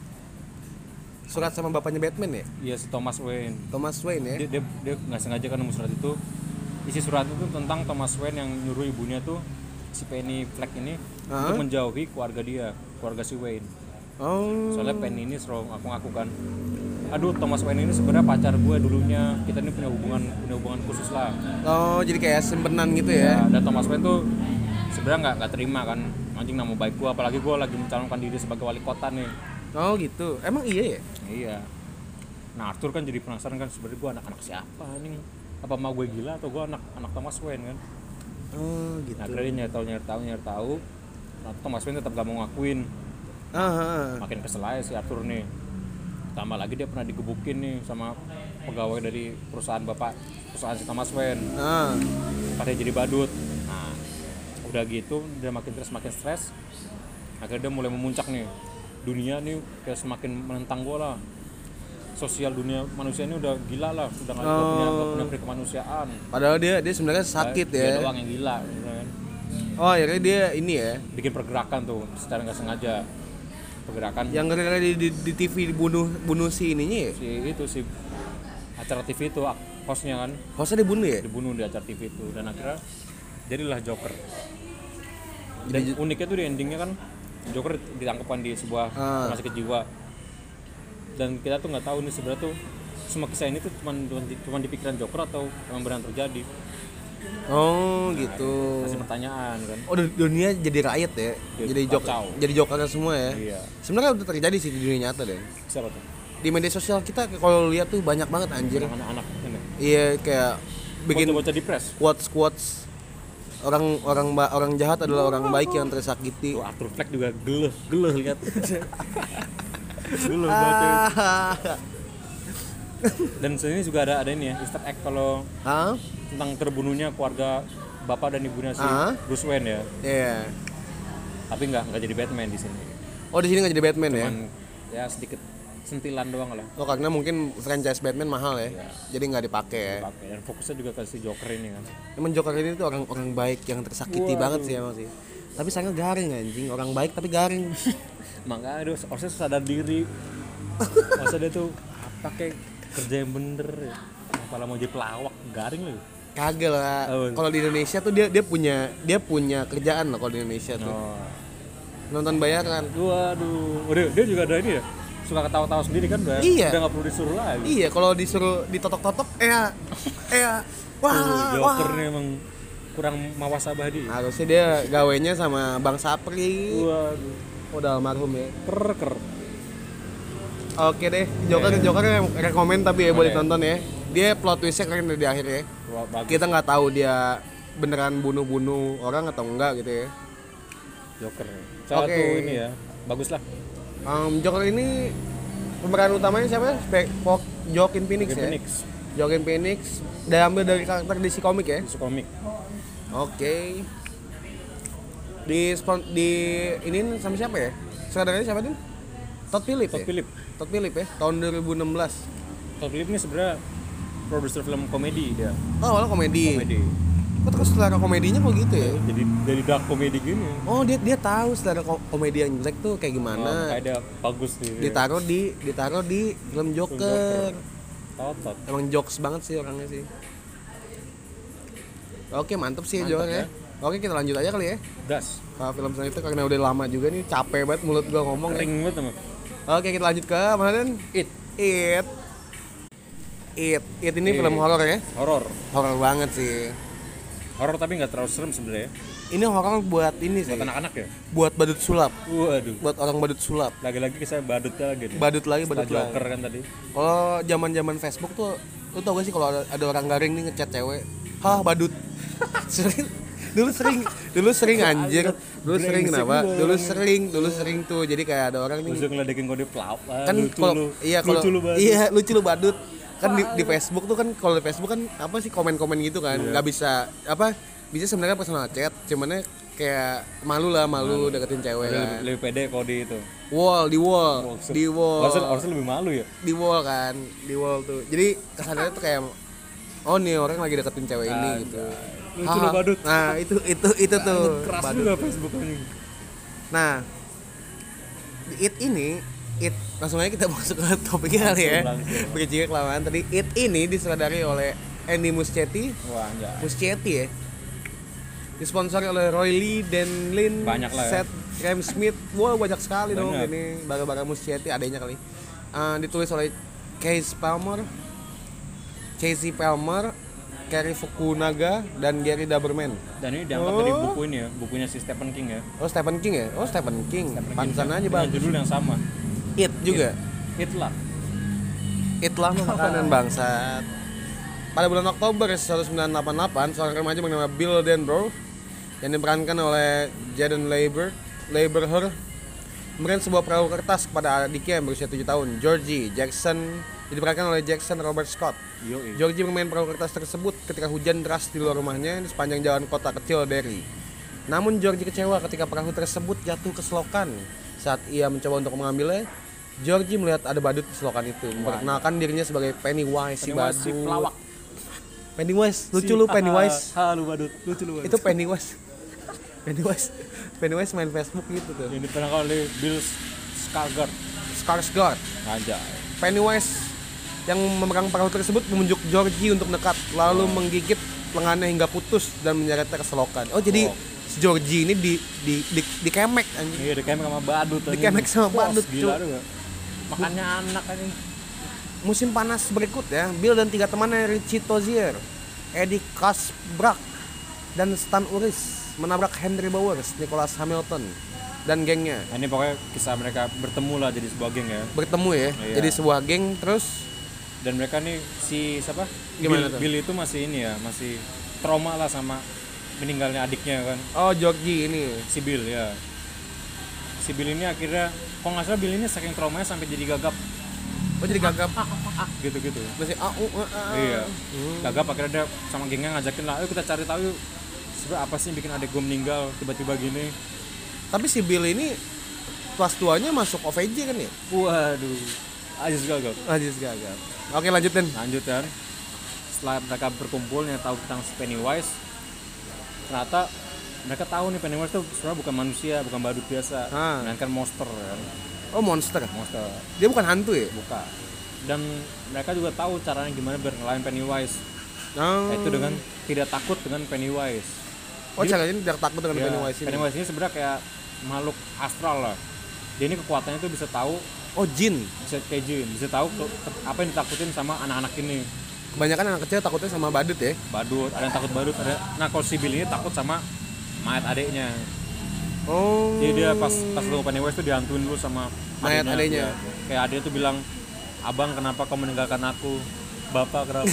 Surat sama bapaknya Batman ya? Iya, si Thomas Wayne. Thomas Wayne ya? Dia dia dia nggak sengaja kan nemu surat itu. Isi surat itu tentang Thomas Wayne yang nyuruh ibunya tuh si Penny Fleck ini uh-huh. untuk menjauhi keluarga dia, keluarga si Wayne. Oh. Soalnya Penny ini selalu ngaku-ngaku kan, aduh Thomas Wayne ini sebenarnya pacar gue dulunya, kita ini punya hubungan punya hubungan khusus lah. Oh, jadi kayak simpenan gitu ya? Ya, dan Thomas Wayne tuh sebenarnya nggak nggak terima kan, anjing nama baik gue, apalagi gue lagi mencalonkan diri sebagai wali kota nih. Oh gitu, emang iya ya? Iya. Nah Arthur kan jadi penasaran kan, sebenarnya gue anak-anak siapa ini, apa mau gue gila atau gue anak anak Thomas Wayne kan? Oh gitu. Nah akhirnya dia nyari tahu nyari tahu nyari tahu, nah Thomas Wayne tetap gak mau ngakuin. Ah. Makin kesel aja si Arthur nih. Tambah lagi dia pernah digebukin nih sama pegawai dari perusahaan bapak perusahaan si Thomas Wayne. Ah. Padahal jadi badut. Nah udah gitu dia makin stres makin stres. Akhirnya dia mulai memuncak nih. Dunia nih kayak semakin menentang gue lah. Sosial dunia manusia ini udah gila lah, udah nggak oh. punya nggak punya kemanusiaan. Padahal dia dia sebenarnya sakit dia, ya. Dia doang yang gila, gitu kan. Oh akhirnya dia ini ya. Bikin pergerakan tuh secara nggak sengaja. Pergerakan. Yang gara-gara di, di, di T V dibunuh bunuh si ininya ya. Si itu si acara T V itu hostnya kan. Hostnya dibunuh ya? Dibunuh di acara T V itu dan akhirnya jadilah Joker. Dan Jadi, uniknya tuh di endingnya kan Joker ditangkapkan di sebuah ah. rumah sakit jiwa. Dan kita tuh nggak tahu nih sebenarnya tuh semua kisah ini tuh cuma cuma di pikiran Joker atau memang benar terjadi. Oh gitu. Masih pertanyaan kan. Oh dunia jadi rakyat ya. Jadi, jadi Joker. Jadi Jokernya semua ya. Iya. Sebenarnya udah terjadi sih di dunia nyata deh. Siapa tuh? Di media sosial kita kalau lihat tuh banyak banget anjir. Anak-anak ini. Iya kayak bikin baca-baca di press. Quotes quotes orang orang orang jahat adalah orang baik yang tersakiti. Oh, Arthur Fleck juga geleh geleh lihat. Geleh baca. Dan sini juga ada ada ini ya Easter egg kalau huh? tentang terbunuhnya keluarga bapak dan ibunya si huh? Bruce Wayne ya. Iya. Yeah. Tapi nggak nggak jadi Batman di sini. Oh di sini nggak jadi Batman. Cuman, ya? Ya sedikit sentilan doang lah. Oh karena mungkin franchise Batman mahal ya, ya. Jadi nggak dipakai ya. Dipakai. Dan fokusnya juga ke si Joker ini kan. Emang Joker ini tuh orang orang baik yang tersakiti Waduh. banget sih emang sih. Tapi sangat garing anjing, orang baik tapi garing. Makanya aduh, harusnya sadar diri. Harusnya dia tuh pakai kerja yang bener ya. Malah mau jadi pelawak, garing loh. Kagak lah. Oh. Kalau di Indonesia tuh dia dia punya dia punya kerjaan loh kalau di Indonesia tuh. Oh. Nonton bayaran. Waduh, udah dia juga ada ini ya. Suka ketawa-tawa sendiri kan udah. Iya. Udah nggak perlu disuruh lagi. Iya, kalau disuruh ditotok-totok, eh, eh, wah, uh, Joker wah. nih emang kurang mawasabah dia. Harusnya dia gawenya sama Bang Sapri. Waduh. Udah almarhum ya. Ker ker. Oke deh, Joker yeah. Joker rekomen tapi ya okay. boleh tonton ya. Dia plot twistnya keren di akhir ya. Wah, kita nggak tahu dia beneran bunuh-bunuh orang atau enggak gitu ya. Joker. Satu okay. ini ya, bagus lah. Um, Joker ini pemeran utamanya siapa? Spek Joaquin Phoenix Joaquin ya. Phoenix. Joaquin Phoenix. Diambil dari karakter D C komik ya. D C komik. Oke. Okay. Di di ini sama siapa ya? Sutradaranya siapa tuh? Todd Phillips. Todd ya? Phillips. Todd Phillips ya, tahun dua ribu enam belas. Todd Phillips ini sebenarnya produser film komedi dia. Oh, awalnya komedi. Komedi. Kok terus selera komedinya kok gitu ya? Jadi dari dark komedi gini. Oh, dia dia tahu selera komedi yang jelek tuh kayak gimana. Oh, kayak dia bagus nih. Ditaruh di ditaruh di film Joker. Totot. Emang jokes banget sih orangnya sih. Oke, mantep sih Joker ya. Oke, kita lanjut aja kali ya. Gas. Nah, film selanjutnya karena udah lama juga nih, capek banget mulut gua ngomong. Kering banget teman. Oke, kita lanjut ke mana Dan? It. It. It. It ini It. film horor ya? Horor. Horor banget sih. Horor tapi nggak terlalu serem sebenarnya. Ini horor buat ini sih. Buat anak-anak ya. Buat badut sulap. Waduh. Buat orang badut sulap. Lagi-lagi saya badutnya lagi nih. Badut lagi, badut Setelah lagi. Joker kan tadi. Kalau zaman-zaman Facebook tuh, lu tau gak sih kalau ada, ada orang garing nih ngechat cewek, "Hah, badut." Sering dulu sering dulu sering anjir. Dulu sering Brengsek kenapa? lu Dulu orangnya. sering, dulu sering tuh. Jadi kayak ada orang nih Terus ngeledekin kode pelap. Ah, kan lucu kalau lu. iya kalau Lucu lu badut. iya lucu lu badut. Kan di, di Facebook tuh kan kalau di Facebook kan apa sih komen-komen gitu kan. Iya. Nggak bisa apa? Bisa sebenarnya personal chat, cuman kayak malu lah, malu deketin cewek Lebih, kan. lebih pede kalau di itu. Wall, di wall, Harusnya- di wall. Harusnya, harusnya lebih malu ya. Di wall kan, di wall tuh. Jadi kesannya tuh kayak oh nih orang lagi deketin cewek ini Anjay. gitu. Lucu lu Haha. badut. Nah, itu itu itu tuh. Keras badut. juga Facebook ini. Nah, di It ini, It langsung aja kita masuk ke topiknya kali ya. Langsung. Berjika kelamaan tadi. It ini disutradari oleh Andy Muschietti, Wah, anjay. Muschietti ya. Disponsori oleh Roy Lee, Dan Lin, Banyak lah ya. Seth Graham Smith. Wah, banyak sekali dong Banyak. ini. Baga-baga Muschietti adanya kali. Uh, ditulis oleh Case Palmer, Casey Palmer, Cary Fukunaga, dan Gary Dauberman. Dan ini diangkat Oh. dari buku ini ya, bukunya si Stephen King ya. Oh, Stephen King ya? Oh, Stephen King. Stephen King. Pantesan aja Dengan bang. judul yang sama. It juga. Hitler. Itlah makanan bangsat. Pada bulan Oktober seribu sembilan ratus delapan puluh delapan, seorang remaja bernama Bill Denbrough yang diperankan oleh Jaden Leiber, Leiberher memberikan sebuah perahu kertas kepada adiknya yang berusia tujuh tahun, Georgie Jackson, yang diperankan oleh Jackson Robert Scott. Yoi. Georgie bermain perahu kertas tersebut ketika hujan deras di luar rumahnya di sepanjang jalan kota kecil Derry. Namun Georgie kecewa ketika perahu tersebut jatuh ke selokan. Saat ia mencoba untuk mengambilnya, Georgie melihat ada badut di selokan itu, memperkenalkan dirinya sebagai Pennywise, si Pennywise, si badut. pelawak. Pennywise, lucu Si- lu Pennywise. Ha, lu badut, lucu lu badut. Itu Pennywise. Pennywise. Pennywise main Facebook gitu tuh. Yang diperankan oleh Bill Skarsgård. Skarsgård. Anjay. Pennywise yang memegang perahu tersebut menunjuk Georgie untuk dekat, lalu menggigit lengannya hingga putus dan menyeretnya ke selokan. Oh, jadi Oh. si Georgie ini di di di, di kemek anjing. Iya, dikemek sama badut. anjing. Dikemek sama Bos, badut, gila cu. juga. Makannya anak ini. Musim panas berikut ya, Bill dan tiga temannya Richie Tozier, Eddie Kasbrak, dan Stan Uris menabrak Henry Bowers, Nicholas Hamilton, dan gengnya. Nah, ini pokoknya kisah mereka bertemu lah jadi sebuah geng ya. Bertemu ya, Iya. jadi sebuah geng terus Dan mereka nih si siapa? Gimana Bill, tuh? Bill itu masih ini ya, masih trauma lah sama meninggalnya adiknya kan. oh Georgie ini. Si Bill ya. Si Bill ini akhirnya, kalau nggak salah Bill ini saking traumanya sampai jadi gagap Oh jadi gagap. gitu-gitu. Masih ah uh, uh, uh. Iya. Hmm. Gagap akhirnya dia sama gengnya ngajakin lah, ayo kita cari tahu yuk. Sebenarnya apa sih yang bikin adek gue meninggal tiba-tiba gini? Tapi si Bill ini kelas duanya masuk O V J kan ya? Waduh. Ajis gagap. Ajis gagap. Oke lanjutin. Lanjut kan. Setelah mereka berkumpul yang tahu tentang si Pennywise, ternyata mereka tahu nih Pennywise tuh sebenarnya bukan manusia, bukan badut biasa, Ah. melainkan monster kan. Oh monster. Monster. Dia bukan hantu ya? Bukan. Dan mereka juga tahu caranya gimana biar ngelawan Pennywise, Oh. yaitu dengan tidak takut dengan Pennywise. Oh caranya tidak takut dengan Ya, Pennywise ini. Pennywise ini sebenarnya kayak makhluk astral lah. Dia ini kekuatannya tuh bisa tahu, Oh jin. bisa kayak jin, bisa tahu ke- ke- apa yang ditakutin sama anak-anak ini. Kebanyakan anak kecil takutnya sama badut ya. Badut, ada yang takut badut, ada. Nah kalau si Bill ini takut sama mayat adeknya. Oh. Jadi dia pas pas ketemu Pennywise tuh dihantuin dulu sama Mayat adeknya. Ya. Kayak adeknya tuh bilang, abang kenapa kau meninggalkan aku? Bapak kenapa?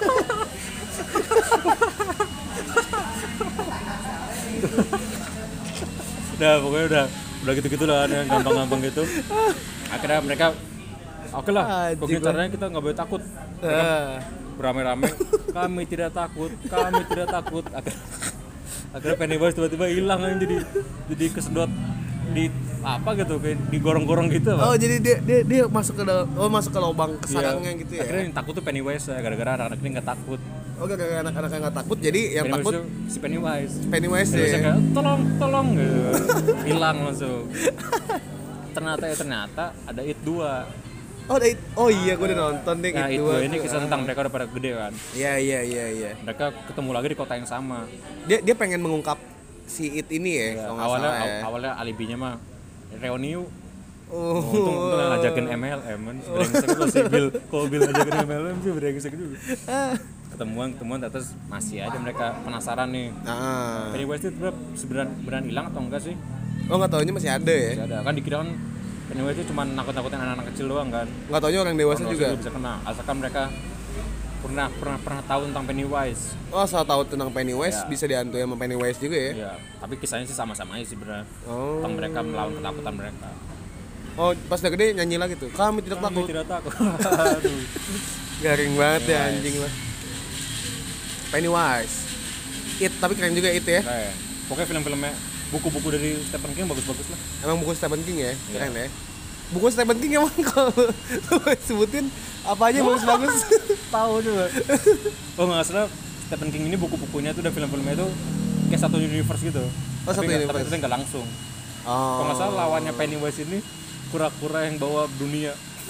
Udah pokoknya udah udah gitu-gitu lah, yang gampang-gampang gitu. Akhirnya mereka oke lah, Anjing pokoknya lah. caranya kita nggak boleh takut. Eh. Beramai-ramai, kami tidak takut, kami tidak takut. Akhirnya, akhirnya Pennywise tiba-tiba hilang kan, jadi jadi kesedot di apa gitu, kayak digorong-gorong gitu apa? Oh jadi dia dia dia masuk ke dal- oh masuk ke lubang kesarangnya Iya. gitu ya. Akhirnya yang takut tuh Pennywise ya, gara-gara anak-anak ini nggak takut. Oh gara-gara anak-anak yang nggak takut jadi yang Pennywise takut tuh si Pennywise. Pennywise Pennywise ya. kayak tolong, tolong gitu. Hilang langsung. Ternyata ya ternyata ada It dua. Oh ada It- oh iya gue udah nonton deh Nah, It It dua dua ini tuh. kisah tentang mereka udah pada gede kan. Iya iya iya iya. Mereka ketemu lagi di kota yang sama. Dia dia pengen mengungkap si It ini ya, Ya, kalau nggak awalnya salah ya. aw- awalnya alibinya mah reuni yuk. Oh, untung untung yang ngajakin M L M kan brengsek kalau si Bill kalau Bill ngajakin M L M sih brengsek juga. Ketemuan ketemuan terus masih aja mereka penasaran nih. Nah. Pennywise itu sebenarnya beneran hilang atau enggak sih? Oh nggak taunya masih ada ya? Masih ada kan dikira kan Pennywise itu cuma nakut-nakutin anak-anak kecil doang kan. Nggak taunya orang dewasa Orang juga. bisa kena asalkan mereka pernah pernah pernah tahu tentang Pennywise. Oh asal tahu tentang Pennywise Ya. bisa dihantui sama Pennywise juga ya? Iya, tapi kisahnya sih sama-sama aja sih bener. Oh. Tentang mereka melawan ketakutan mereka. Oh pas udah gede nyanyi lagi tuh. Kami tidak Kami takut. tidak takut. Aduh. Garing banget ya Pennywise. anjing lah. Pennywise. It tapi keren juga It ya. Kayak pokoknya film-filmnya buku-buku dari Stephen King bagus-bagus lah. Emang buku Stephen King ya? Iya. Keren ya. Buku Stephen King emang kalau sebutin apa aja bagus-bagus. Tahu juga. Oh nggak salah Stephen King ini buku-bukunya tuh dan film-filmnya itu kayak satu universe gitu. Oh, satu tapi nggak- universe. Tapi itu nggak langsung. Oh. Kalau nggak salah lawannya Pennywise ini kura-kura yang bawa dunia.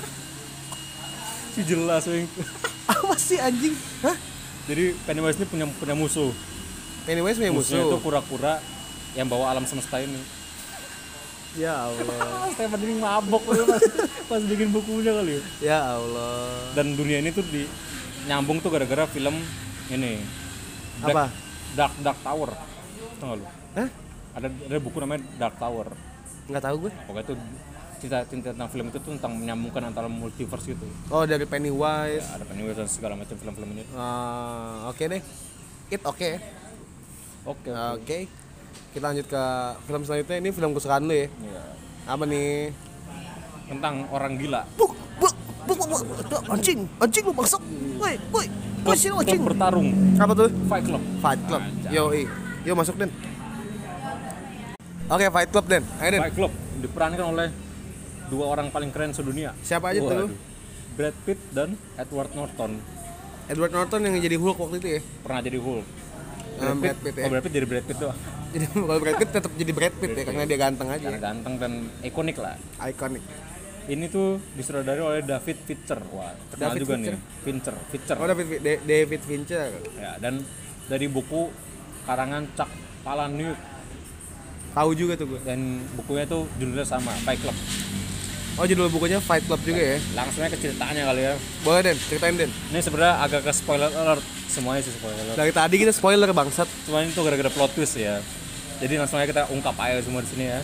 Si jelas weng. Apa sih anjing? Hah? Jadi Pennywise ini punya punya musuh. Pennywise punya Musuhnya itu musuh. kura-kura yang bawa alam semesta ini. Ya Allah. Stephen King mabok pas, pas bikin bukunya kali ya. Ya Allah. Dan dunia ini tuh di nyambung tuh gara-gara film ini. Apa? Dark Dark Tower. Tahu nggak lu? Hah? Ada ada buku namanya Dark Tower. Nggak tahu gue. Pokoknya itu cerita, cerita tentang film itu tuh tentang menyambungkan antara multiverse gitu. Oh dari Pennywise. Ya, ada Pennywise dan segala macam film-film ini. Ah, oke deh. It oke. Oke. Oke. Kita lanjut ke film selanjutnya. Ini film kesukaan lu ya. Iya. Apa nih? Tentang orang gila. Buk, buk, buk, buk, buk. Anjing, anjing lu bangsat. Woi, woi. Woi sini Klub anjing. bertarung. Apa tuh? Fight Club. Fight Club. Anjay. Yo, i. Yo masuk Den. Oke, Fight Club Den. Ayo Den. Fight Club diperankan oleh dua orang paling keren sedunia. Siapa aja tuh? Waduh. Brad Pitt dan Edward Norton. Edward Norton yang jadi Hulk waktu itu ya. Pernah jadi Hulk. Ah, Brad Pitt ya. Oh, Brad Pitt jadi Brad Pitt doang. Jadi kalau Brad Pitt tetap jadi Brad Pitt ya karena dia ganteng aja. Karena ganteng dan ikonik lah. Iconic. Ini tuh disutradarai oleh David Fincher. Wah, terkenal David juga Fincher? nih. Fincher, Fincher. Oh David De- David Fincher. Ya, dan dari buku karangan Chuck Palahniuk Tahu juga tuh gue. dan bukunya tuh judulnya sama, Fight Club. Oh judul bukunya Fight Club juga ya. Langsung aja ke ceritanya kali ya. Boleh Den, ceritain Den. Ini sebenarnya agak ke spoiler alert, semuanya sih spoiler alert. Dari tadi kita spoiler bangsat. Cuma ini tuh gara-gara plot twist ya. Jadi langsung aja kita ungkap aja semua di sini ya.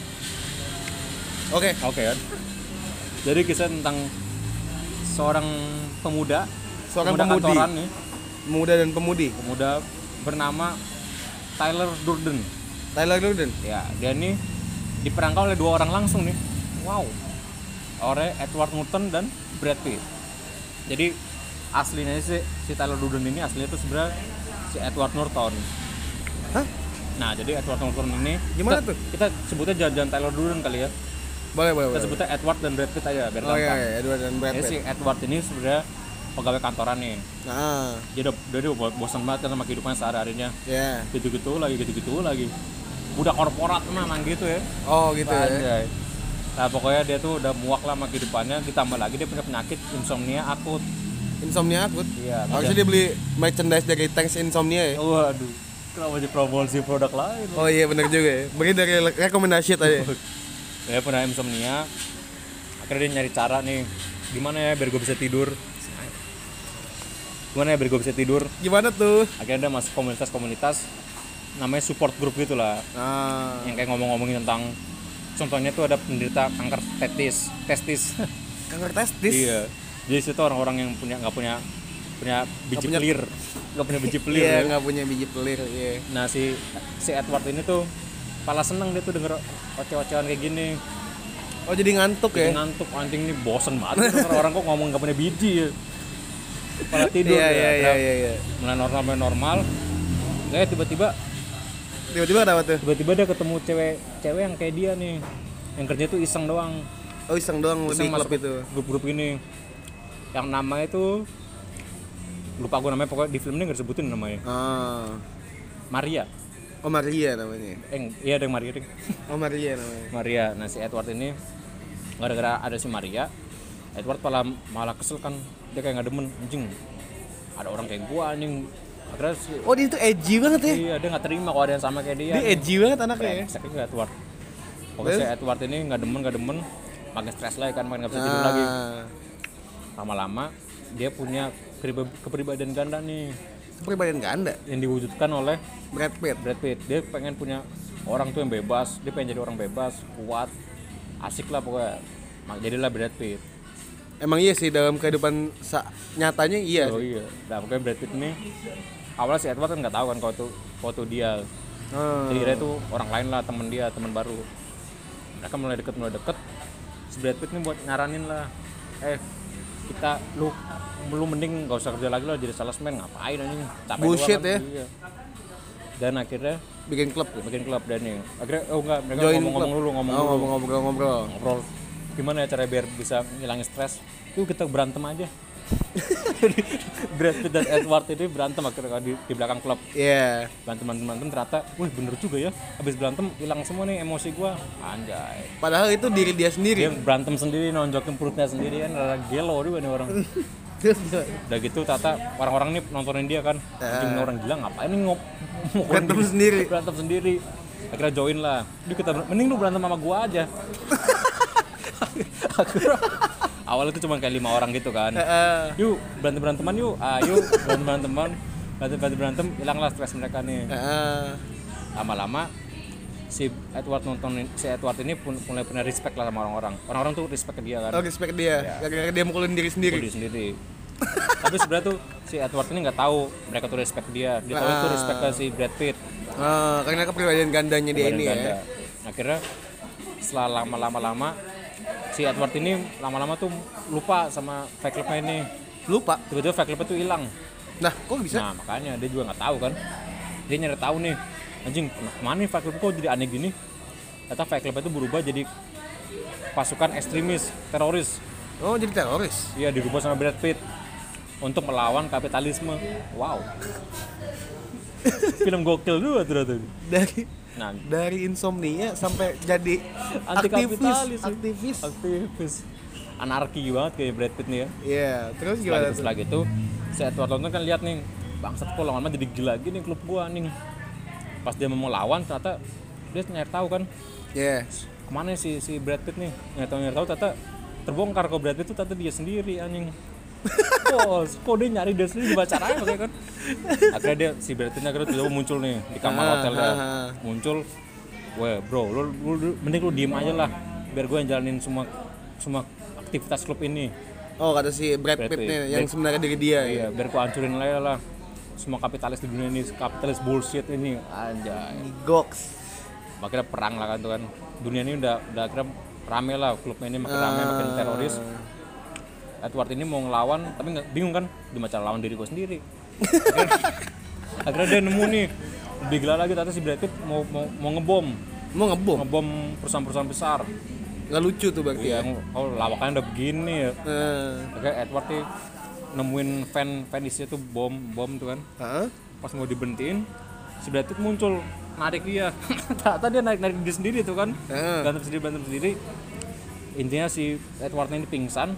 Oke. Oke kan. Jadi kisah tentang seorang pemuda, Seorang pemuda pemudi. kantoran nih, Pemuda dan pemudi. pemuda bernama Tyler Durden. Tyler Durden. Ya, dia nih diperankan oleh dua orang langsung nih. Wow. Oleh Edward Norton dan Brad Pitt. Jadi aslinya sih si Tyler Durden ini aslinya tuh sebenarnya si Edward Norton. Hah? Nah, jadi Edward Norton ini Gimana kita, tuh? Kita sebutnya jangan Tyler Durden kali ya. Boleh, boleh, Kita boleh. sebutnya Edward dan Brad Pitt aja biar Oh iya, gampang. iya, Edward dan Brad Jadi si Pitt. Edward ini sebenarnya pegawai kantoran nih. Nah, Dia udah, dia udah bosan banget kan sama kehidupannya sehari-harinya. ya. Gitu-gitu lagi, gitu-gitu lagi. Udah korporat memang gitu ya. Oh gitu ya. Anjay. Nah pokoknya dia tuh udah muak lah sama kehidupannya. Ditambah lagi dia punya penyakit insomnia akut. Insomnia akut. Iya. Harusnya dia beli merchandise dari Thanks Insomnia ya. Waduh. Kenapa jadi promosi produk lain? Oh iya benar juga ya. Beri dari le- rekomendasi aja. Dia punya insomnia. Akhirnya dia nyari cara nih. Gimana ya biar gue bisa tidur? Gimana ya biar gue bisa tidur? Gimana tuh? Akhirnya dia masuk komunitas-komunitas namanya support group gitu lah. Nah, Yang kayak ngomong-ngomongin tentang contohnya tuh ada penderita kanker testis, testis. kanker testis. Iya. Jadi situ orang-orang yang punya nggak punya punya biji punya- pelir, nggak punya biji pelir. Iya, ya. nggak punya biji pelir. Iya. Nah si si Edward ini tuh pala seneng dia tuh denger oceh-ocehan kayak gini. Oh jadi ngantuk Jadi ya? ngantuk anjing nih bosen banget denger orang kok ngomong nggak punya biji ya. Pala tidur Iya ya. iya iya Akhirnya iya. iya. Mulai normal mulai normal. Eh tiba-tiba Tiba-tiba ada apa tuh? tiba-tiba dia ketemu cewek cewek yang kayak dia nih. Yang kerja tuh iseng doang. Oh iseng doang Iseng lebih klub masuk itu. grup-grup ini. Yang namanya itu lupa gue namanya, pokoknya di film ini nggak disebutin namanya. Ah. Maria. Oh Maria namanya. Eh, iya ada yang Maria ding. Oh Maria namanya. Maria. Nah si Edward ini gara-gara ada si Maria, Edward malah malah kesel kan, dia kayak nggak demen, anjing. Ada orang kayak gua anjing. Akhirnya si, Oh dia tuh edgy banget ya? iya dia nggak terima kalau ada yang sama kayak dia. Dia edgy banget anaknya ya? Brengsek juga Edward. Pokoknya si Terus? Edward ini nggak demen nggak demen, makin stres lagi kan, makin nggak bisa tidur lagi. Nah, Lama-lama dia punya keriba- kepribadian ganda nih kepribadian ganda. yang diwujudkan oleh Brad Pitt. Brad Pitt. Dia pengen punya orang tuh yang bebas, dia pengen jadi orang bebas, kuat, asik lah pokoknya. Mak- Jadilah Brad Pitt. Emang iya sih dalam kehidupan sa- nyatanya iya. Oh sih. iya. Nah pokoknya Brad Pitt ini awalnya si Edward kan nggak tahu kan kalau tuh foto dia. Hmm. Jadi dia tuh orang lain lah, temen dia, teman baru. Mereka mulai deket mulai deket. Si Brad Pitt nih buat nyaranin lah, eh kita lu lu mending gak usah kerja lagi lah jadi salesman, ngapain anjing, capek Bullshit doang kan. ya. Iya. Dan akhirnya Bikin klub. bikin klub dan nih akhirnya oh enggak mereka Join ngomong-ngomong klub. dulu ngomong Oh, dulu ngobrol-ngobrol. ngobrol gimana ya cara biar bisa ngilangin stres. Yuk kita berantem aja. Brad Pitt dan Edward ini berantem akhirnya di, di belakang klub. Iya. Berantem berantem berantem ternyata wih bener juga ya, habis berantem hilang semua nih emosi gua, anjay. Padahal itu diri dia Dia sendiri. berantem sendiri, nonjokin perutnya sendiri kan, rada gelo juga nih orang. Udah gitu tata orang-orang nih nontonin dia kan, anjing orang gila ngapain nih ngop Berantem sendiri. berantem sendiri. Akhirnya join lah. Dia kita mending lu berantem sama gua aja. Akhirnya awalnya tuh cuma kayak lima orang gitu kan. Heeh. Yuk berantem beranteman yuk, ayo berantem beranteman, berantem berantem berantem, hilanglah stres mereka nih. Heeh. Lama-lama si Edward nonton si Edward ini pun mulai punya respect lah sama orang-orang. Orang-orang tuh respect ke dia kan. Oh, respect dia. Gara-gara dia mukulin diri sendiri. Diri sendiri. Tapi sebenarnya tuh si Edward ini nggak tahu mereka tuh respect dia. Dia tahu itu respect ke si Brad Pitt. Ah, karena kepribadian gandanya dia Badan ini ganda. ya. Akhirnya setelah lama-lama-lama si Edward ini lama-lama tuh lupa sama fake clubnya ini. Lupa. Tiba-tiba fake clubnya tuh hilang. Nah, kok bisa? Nah makanya dia juga nggak tahu kan. Dia nyari tahu nih. Anjing kemana nih fake club kok jadi aneh gini. Ternyata fake club itu berubah jadi pasukan ekstremis, teroris. Oh, jadi teroris. Iya dirubah sama Brad Pitt untuk melawan kapitalisme. Wow. Film gokil juga ternyata. Dari Nah, dari insomnia sampai jadi anti aktivis, kapitalis. aktivis. Aktivis. Anarki banget kayak Brad Pitt nih ya. Iya, terus Setelah gimana itu, tuh? setelah gitu, si Edward Norton kan lihat nih, bangsat kok lama-lama jadi gila gini klub gua nih. Pas dia mau lawan ternyata dia nyari tahu kan, Iya. kemana si si Brad Pitt nih? Nyari tahu nyari tahu ternyata terbongkar kok Brad Pitt itu ternyata dia sendiri anjing. Bos, kok dia nyari dia sendiri gimana caranya makanya kan. Akhirnya dia si Brad Pitt akhirnya tiba-tiba muncul nih di kamar Ah, hotel dia. ah, ah. Muncul, weh bro, lu, lu, lu mending lu diem aja lah, biar gue yang jalanin semua semua aktivitas klub ini. Oh, kata si Brad Brad Pitt Pitt. nih yang Brad- sebenarnya diri dia. Iya, biar gua hancurin aja lah semua kapitalis di dunia ini, kapitalis bullshit ini, anjay. Goks. Makanya perang lah kan tuh kan. Dunia ini udah udah akhirnya rame lah, klubnya ini makin rame, makin teroris. Edward ini mau ngelawan, tapi nggak bingung kan, gimana cara lawan diri gue sendiri. Akhirnya, akhirnya dia nemu nih, lebih gila lagi ternyata si Brad Pitt mau mau mau ngebom, Mau ngebom. ngebom perusahaan-perusahaan besar. Nggak lucu tuh berarti ya. Iya, oh lawakannya udah begini ya. Eh, Akhirnya Edward nih nemuin fan fan isinya tuh bom bom tuh kan. Heeh. Pas mau dibentiin si Brad Pitt muncul narik dia. Ternyata dia narik narik dia sendiri tuh kan. Heeh. Berantem sendiri berantem sendiri. Intinya si Edward ini pingsan,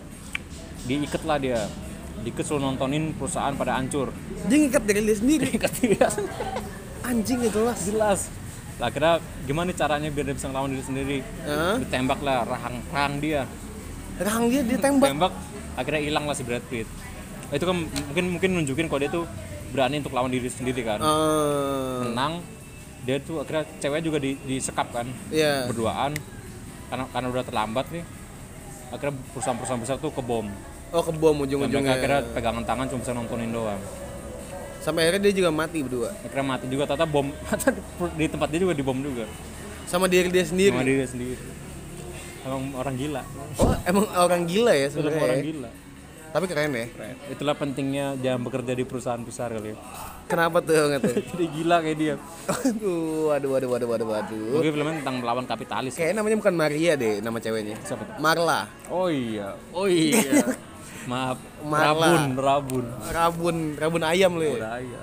diikat lah dia, diikat suruh nontonin perusahaan pada hancur. Dia ngikat diri dia sendiri. Diikat dia Anjing itu lah. jelas. Lah kira gimana caranya biar dia bisa ngelawan diri sendiri? Heeh. Ditembak lah rahang rahang dia. Rahang dia ditembak. Tembak akhirnya hilang lah si Brad Pitt. Itu kan mungkin mungkin nunjukin kalau dia tuh berani untuk lawan diri sendiri kan. Eh, Menang, dia tuh akhirnya cewek juga di, disekap kan, Iya. berduaan karena karena udah terlambat nih. Akhirnya perusahaan-perusahaan besar tuh kebom. Oh, kebom Dan mereka ujung-ujungnya. akhirnya pegangan tangan cuma bisa nontonin doang. Sampai akhirnya dia juga mati berdua. Akhirnya mati juga, tata bom di tempat dia juga dibom juga. Sama diri dia sendiri. Sama diri sendiri. Emang orang gila. Oh, emang orang gila ya Itu sebenarnya. orang ya? gila. Tapi keren ya. Keren. Itulah pentingnya jangan bekerja di perusahaan besar kali ya. Kenapa tuh nggak tuh? Jadi gila kayak dia. Aduh, waduh, waduh, waduh, waduh, waduh. Mungkin filmnya tentang melawan kapitalis. Kayaknya namanya bukan Maria deh, nama ceweknya. Siapa tuh? Marla. Oh iya. Oh iya. Maaf. Marla. Rabun, rabun. Rabun, rabun ayam lu ya. Udah ya.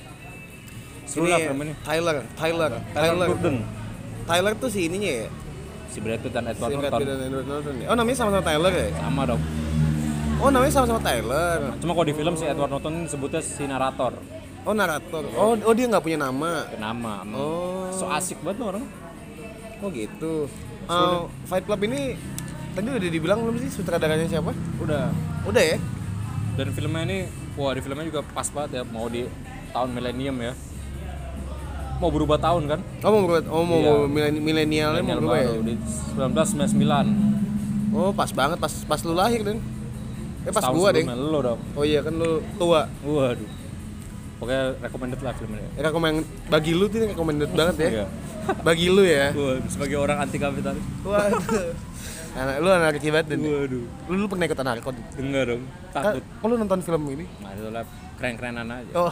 Seru lah film ini. Tyler, Tyler, Tyler Durden. Tyler tuh si ininya ya. Si Brad Pitt dan Edward Si Brad Norton. Pitt dan Edward Norton ya. Oh, namanya sama-sama Tyler ya? Sama dong. Oh, namanya sama-sama Tyler. Cuma kalau di film si Edward Norton disebutnya si narator. Oh, narator. Oh, oh dia nggak punya nama. Ke nama. Oh. So asik banget tuh orang. Oh gitu. Uh, Fight Club ini Tadi udah dibilang belum sih sutradaranya siapa? Udah. Udah ya? Dan filmnya ini, wah di filmnya juga pas banget ya, mau di tahun milenium ya. Mau berubah tahun kan? Oh mau berubah, oh mau Iya. milen- milenialnya mau Milenial berubah ya? baru, di sembilan belas sembilan puluh sembilan. Oh pas banget, pas pas lu lahir Den. Eh pas Setahun gua deh. sebelumnya lo dong. Oh iya kan lu tua. Waduh. Pokoknya recommended lah filmnya. Ya recommend bagi lu tuh recommended banget ya. Iya. Bagi lu ya. Wah, sebagai orang anti kapitalis. Waduh. Anak lu anak kecil banget Den. Waduh. Lu dulu pernah ikut anarko? Enggak dong. Takut. Kok lu nonton film ini? Nah, itu lah keren-kerenan aja. Oh.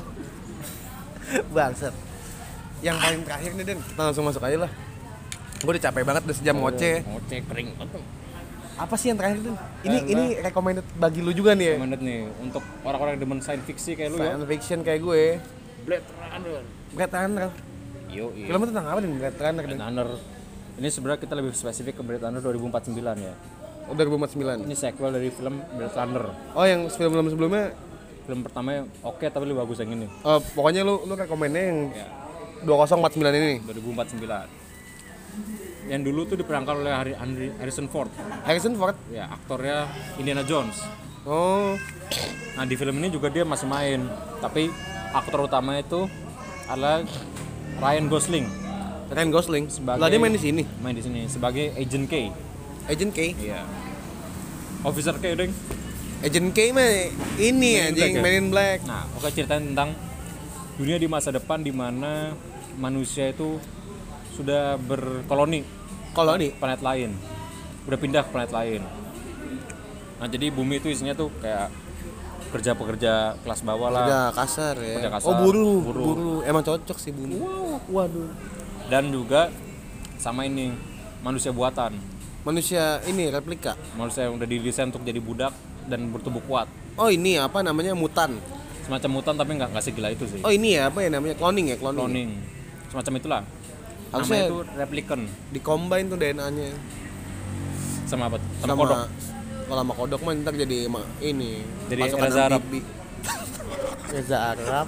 Bangsat. Yang paling terakhir nih Den, kita langsung masuk aja lah. Gue udah capek banget udah sejam ngoceh. Ngoceh kering banget. Apa sih yang terakhir Den? Ini Karena- ini recommended bagi lu juga nih ya. Recommended nih untuk orang-orang yang demen science fiction kayak lu ya. Science fiction kayak gue. Blade Runner. Blade Runner. Yo, iya. Filmnya tentang apa nih Blade Runner? Blade Den? Runner. Ini sebenarnya kita lebih spesifik ke Blade Runner dua ribu empat puluh sembilan ya. Oh, dua ribu empat puluh sembilan. Ini sequel dari film Blade Runner. Oh, yang film-film sebelumnya Film pertama oke tapi lebih bagus yang ini. oh, pokoknya lu lu rekomennya yang Ya, dua nol empat sembilan ini. dua ribu empat puluh sembilan. Yang dulu tuh diperankan oleh Harry- Henry- Harrison Ford. Harrison Ford. Ya, aktornya Indiana Jones. Oh, Nah, di film ini juga dia masih main, tapi aktor utamanya itu adalah Ryan Gosling. Ryan Gosling. Sebagai- Lah dia main di sini. Main di sini sebagai Agent K. Agent K. Iya. Officer K, deng. Agent K mah ini Men in anjing Black ya? Men in Black. Nah, oke ceritain tentang dunia di masa depan di mana manusia itu sudah berkoloni Kalau nih, planet lain, udah pindah ke planet lain. Nah, jadi bumi itu isinya tuh kayak pekerja-pekerja kelas bawah lah, kerja kasar ya. Kerja kasar, Oh, buruh, buruh. buruh. Emang cocok sih bumi. Wow. Waduh. dan juga sama ini manusia buatan, Manusia ini replika. manusia yang udah didesain untuk jadi budak dan bertubuh kuat, Oh, ini apa namanya mutan. semacam mutan tapi nggak nggak segila itu sih. Oh, ini ya apa ya namanya cloning ya, cloning. Cloning, semacam itulah. Harusnya Namanya itu replicant. Di-combine tuh D N A-nya. Sama apa? Sama, Sama kodok. kalau sama kodok mah ntar jadi ma- ini Jadi pasukan Reza Arab. amfibi. Reza Arab.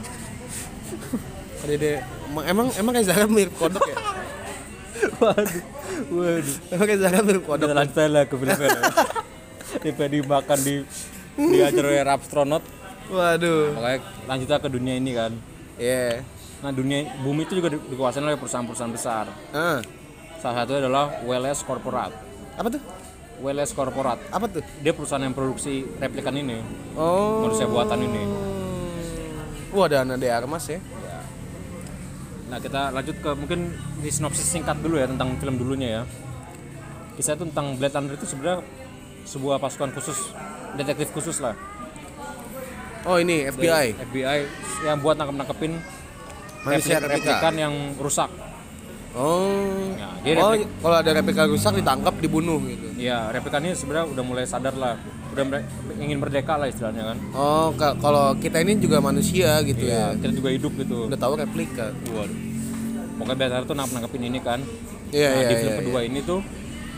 Jadi emang emang emang Reza Arab mirip kodok ya? Waduh, waduh. Emang Reza Arab mirip kodok. Kita lanjut lah ke film-film. Tipe dimakan di diajar oleh astronot. Waduh. Makanya lanjutlah ke dunia ini kan. Iya. Nah, dunia bumi itu juga di- dikuasai oleh perusahaan-perusahaan besar. Ah. Salah satunya adalah W L S Corporate. Apa tuh? W L S Corporate. Apa tuh? Dia perusahaan yang produksi replikan ini, Oh. manusia buatan ini. Wah, ada Ana de Armas ya. Nah, kita lanjut ke mungkin di sinopsis singkat dulu ya tentang film dulunya ya. Kisah itu tentang Blade Runner itu sebenarnya sebuah pasukan khusus, detektif khusus lah. Oh, ini F B I. F B I yang buat nangkep-nangkepin Manusia replik- replika. replikan yang rusak. Oh. Nah, dia Oh, replik- kalau ada replika rusak ditangkap, dibunuh gitu. Ya, replikan ini sebenarnya udah mulai sadar lah, udah mere- ingin merdeka lah istilahnya kan. Oh, ka- kalau kita ini juga manusia gitu Iya, ya. kita juga hidup gitu. Udah tahu replika. Waduh. Pokoknya Blade Runner tuh nangkep nangkepin ini kan. Iya, Nah, iya, di film iya, kedua ini tuh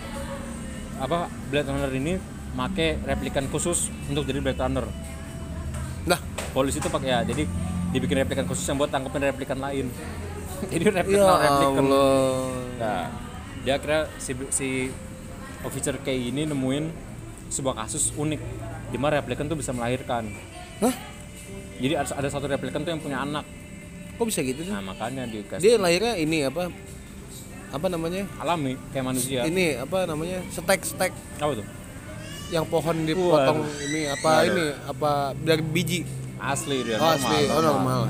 apa Blade Runner ini make replikan khusus untuk jadi Blade Runner. Nah, Polisi itu pakai ya, jadi dibikin replikan khusus yang buat tangkepin replikan lain. Jadi ya replikan replikan. Allah. Nah, dia kira si, si Officer K ini nemuin sebuah kasus unik di mana replikan tuh bisa melahirkan. Hah? Jadi ada, ada satu replikan tuh yang punya anak. Kok bisa gitu sih? Nah, makanya dikasih Dia lahirnya ini apa? Apa namanya? alami kayak manusia. Ini apa namanya? Stek-stek Apa tuh? yang pohon dipotong ini apa Waduh. ini apa dari biji. Asli dia Oh, normal. asli. Oh, normal.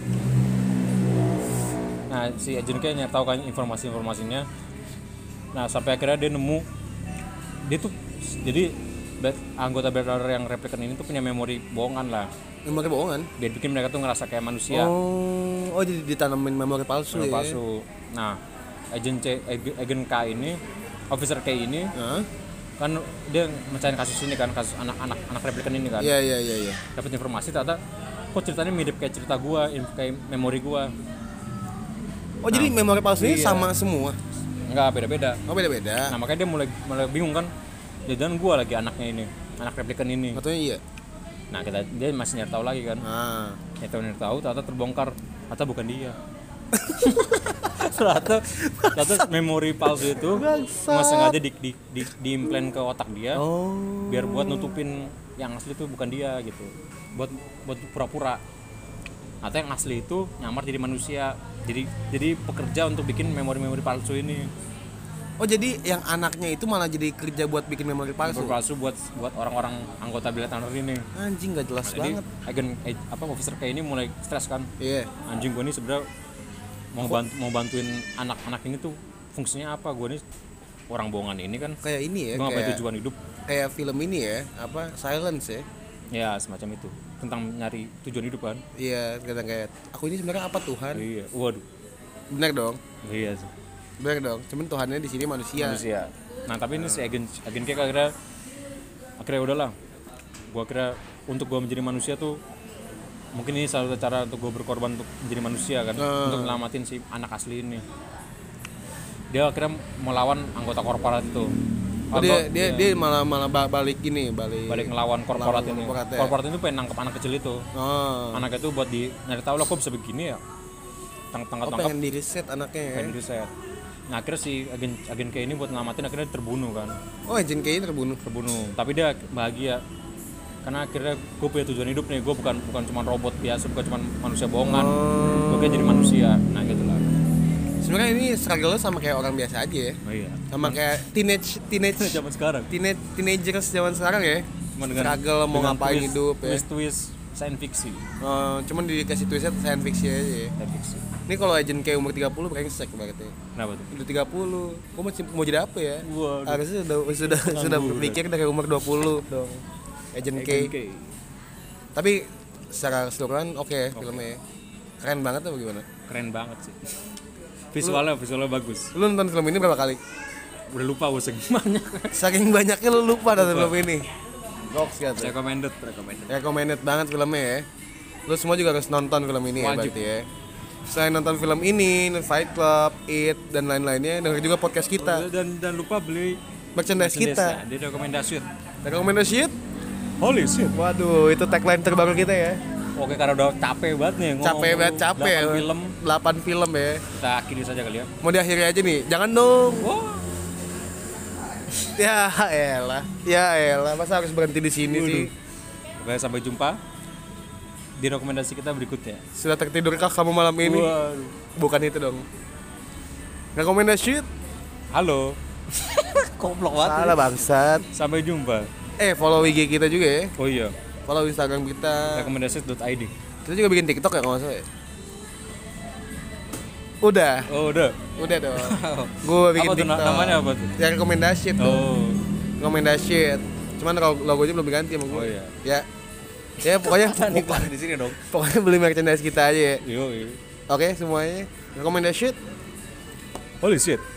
Nah, si Agent K nyari tahu kan informasi-informasinya. Nah, sampai akhirnya dia nemu dia tuh jadi Blade- anggota Blade Runner yang replikan ini tuh punya memori bohongan lah. Memori bohongan. Biar bikin mereka tuh ngerasa kayak manusia. Oh, oh jadi ditanamin memori palsu Memori ya. palsu. Nah, Agent C, Ag- Agent K ini, Officer K ini Hah? kan dia mecahin kasus ini kan, kasus anak-anak anak replikan ini kan. Iya, iya, iya, iya. Dapat informasi ternyata kok ceritanya mirip kayak cerita gua, in- kayak memori gua. Oh, jadi memori palsunya iya. sama semua. Enggak, beda-beda. Oh, beda-beda. Nah, makanya dia mulai mulai bingung kan. Jangan gua lagi anaknya ini, anak replikan ini. Katanya iya. Nah, kita dia masih nyari tahu lagi kan. Nah, Nyari tahu nyari tahu ternyata terbongkar, ternyata bukan dia. ternyata ternyata memori palsu itu nggak sengaja di di di diimplant ke otak dia Oh. biar buat nutupin yang asli itu bukan dia gitu, buat buat pura-pura. Atau yang asli itu nyamar jadi manusia, jadi jadi pekerja untuk bikin memori-memori palsu ini. Oh, jadi yang anaknya itu malah jadi kerja buat bikin memori palsu. Memori palsu buat buat orang-orang anggota Bella Turner ini. Anjing gak jelas Jadi banget. agen eh, apa officer kayak ini mulai stres kan. Iya. Anjing gue nih sebenarnya mau bantu, mau bantuin anak-anak ini tuh fungsinya apa? Gue nih orang bohongan ini kan. Kayak ini ya, Gue ngapain kayak tujuan hidup? kayak film ini ya, apa Silence ya. Ya semacam itu, tentang nyari tujuan hidup kan. Iya, kadang kayak aku ini sebenarnya apa Tuhan? Iya, waduh. Benar dong. Iya sih. Benar dong. Cuman Tuhannya di sini manusia. Manusia. Nah tapi ini si agen agen kayak akhirnya akhirnya udahlah. Gue kira untuk gue menjadi manusia tuh mungkin ini salah satu cara untuk gue berkorban untuk menjadi manusia kan, Hmm. untuk nyelamatin si anak asli ini. Dia akhirnya melawan anggota korporat itu. Oh, dia Atau- dia iya, dia malah malah ba- balik ini, balik balik ngelawan korporat ngelawan ini. korporat ya. Korporat itu pengen nangkep anak kecil itu. Oh. Anaknya itu buat di nyari tahu lah kok bisa begini ya. Tang Oh, tangkap tangkap pengen di reset anaknya ya. pengen riset. Nah akhirnya si agen agen kayak ini buat ngelamatin akhirnya terbunuh kan. Oh, agent K terbunuh. Terbunuh. Tapi dia bahagia. Karena akhirnya gue punya tujuan hidup nih. Gue bukan bukan cuma robot biasa, bukan cuma manusia bohongan. Oh. Gue kayak jadi manusia. Nah gitu lah. Sebenarnya ini struggle sama kayak orang biasa aja ya. Oh iya. Sama kayak teenage teenage Zaman sekarang. teenage teenagers zaman sekarang ya. Cuma dengan Struggle mau dengan ngapain twist- hidup ya. Twist twist science fiction. Oh, cuman dikasih twistnya science fiction aja ya. Science fiction. Ini kalau agent kayak umur tiga puluh brengsek banget ya. Kenapa tuh? Udah tiga puluh. Gue masih mau jadi apa ya? Waduh. Harusnya sudah sudah sudah berpikir dari umur dua puluh dong. Agent K. Agent K. Tapi secara keseluruhan oke okay, filmnya. Keren banget apa gimana? Keren banget sih. Visualnya visualnya bagus. Lu nonton film ini berapa kali? Udah lupa gue saking banyak. Saking banyaknya lu lupa nonton film ini. Goks gitu. Recommended, recommended. Recommended banget filmnya ya. Lu semua juga harus nonton film ini ya Wajib. berarti ya. Selain nonton film ini, Fight Club, It, dan lain-lainnya, denger juga podcast kita, Dan dan lupa beli merchandise kita. Dia rekomendasi. Rekomendasi It? Holy shit. Waduh, itu tagline terbaru kita ya. Oke, karena udah capek banget nih ngomong Capek banget, capek ya. delapan film, delapan film ya. kita akhiri saja kali ya. Mau diakhiri aja nih, jangan dong. Wah. Ya elah, ya elah, masa harus berhenti di sini sih? Oke, sampai jumpa di rekomendasi kita berikutnya. Sudah tertidurkah kamu malam ini? Waduh. Bukan itu dong. Rekomendasi It? Halo. Koplok banget. Salah bangsat. Sampai jumpa. Eh, follow I G kita juga ya. Oh iya, Follow Instagram kita. rekomendasi dot i d. Kita juga bikin TikTok ya kalau nggak salah ya. Udah, Oh, udah. udah dong. Gue bikin Apa tuh TikTok. namanya apa tuh? Ya rekomendasi tuh. Oh. Rekomendasi. Cuman logo- logonya belum diganti sama gue. Oh, iya. Ya. Ya pokoknya Iklan di sini dong. pokoknya beli merchandise kita aja ya. Yo, yo. Oke, semuanya. Rekomendasi. Holy shit.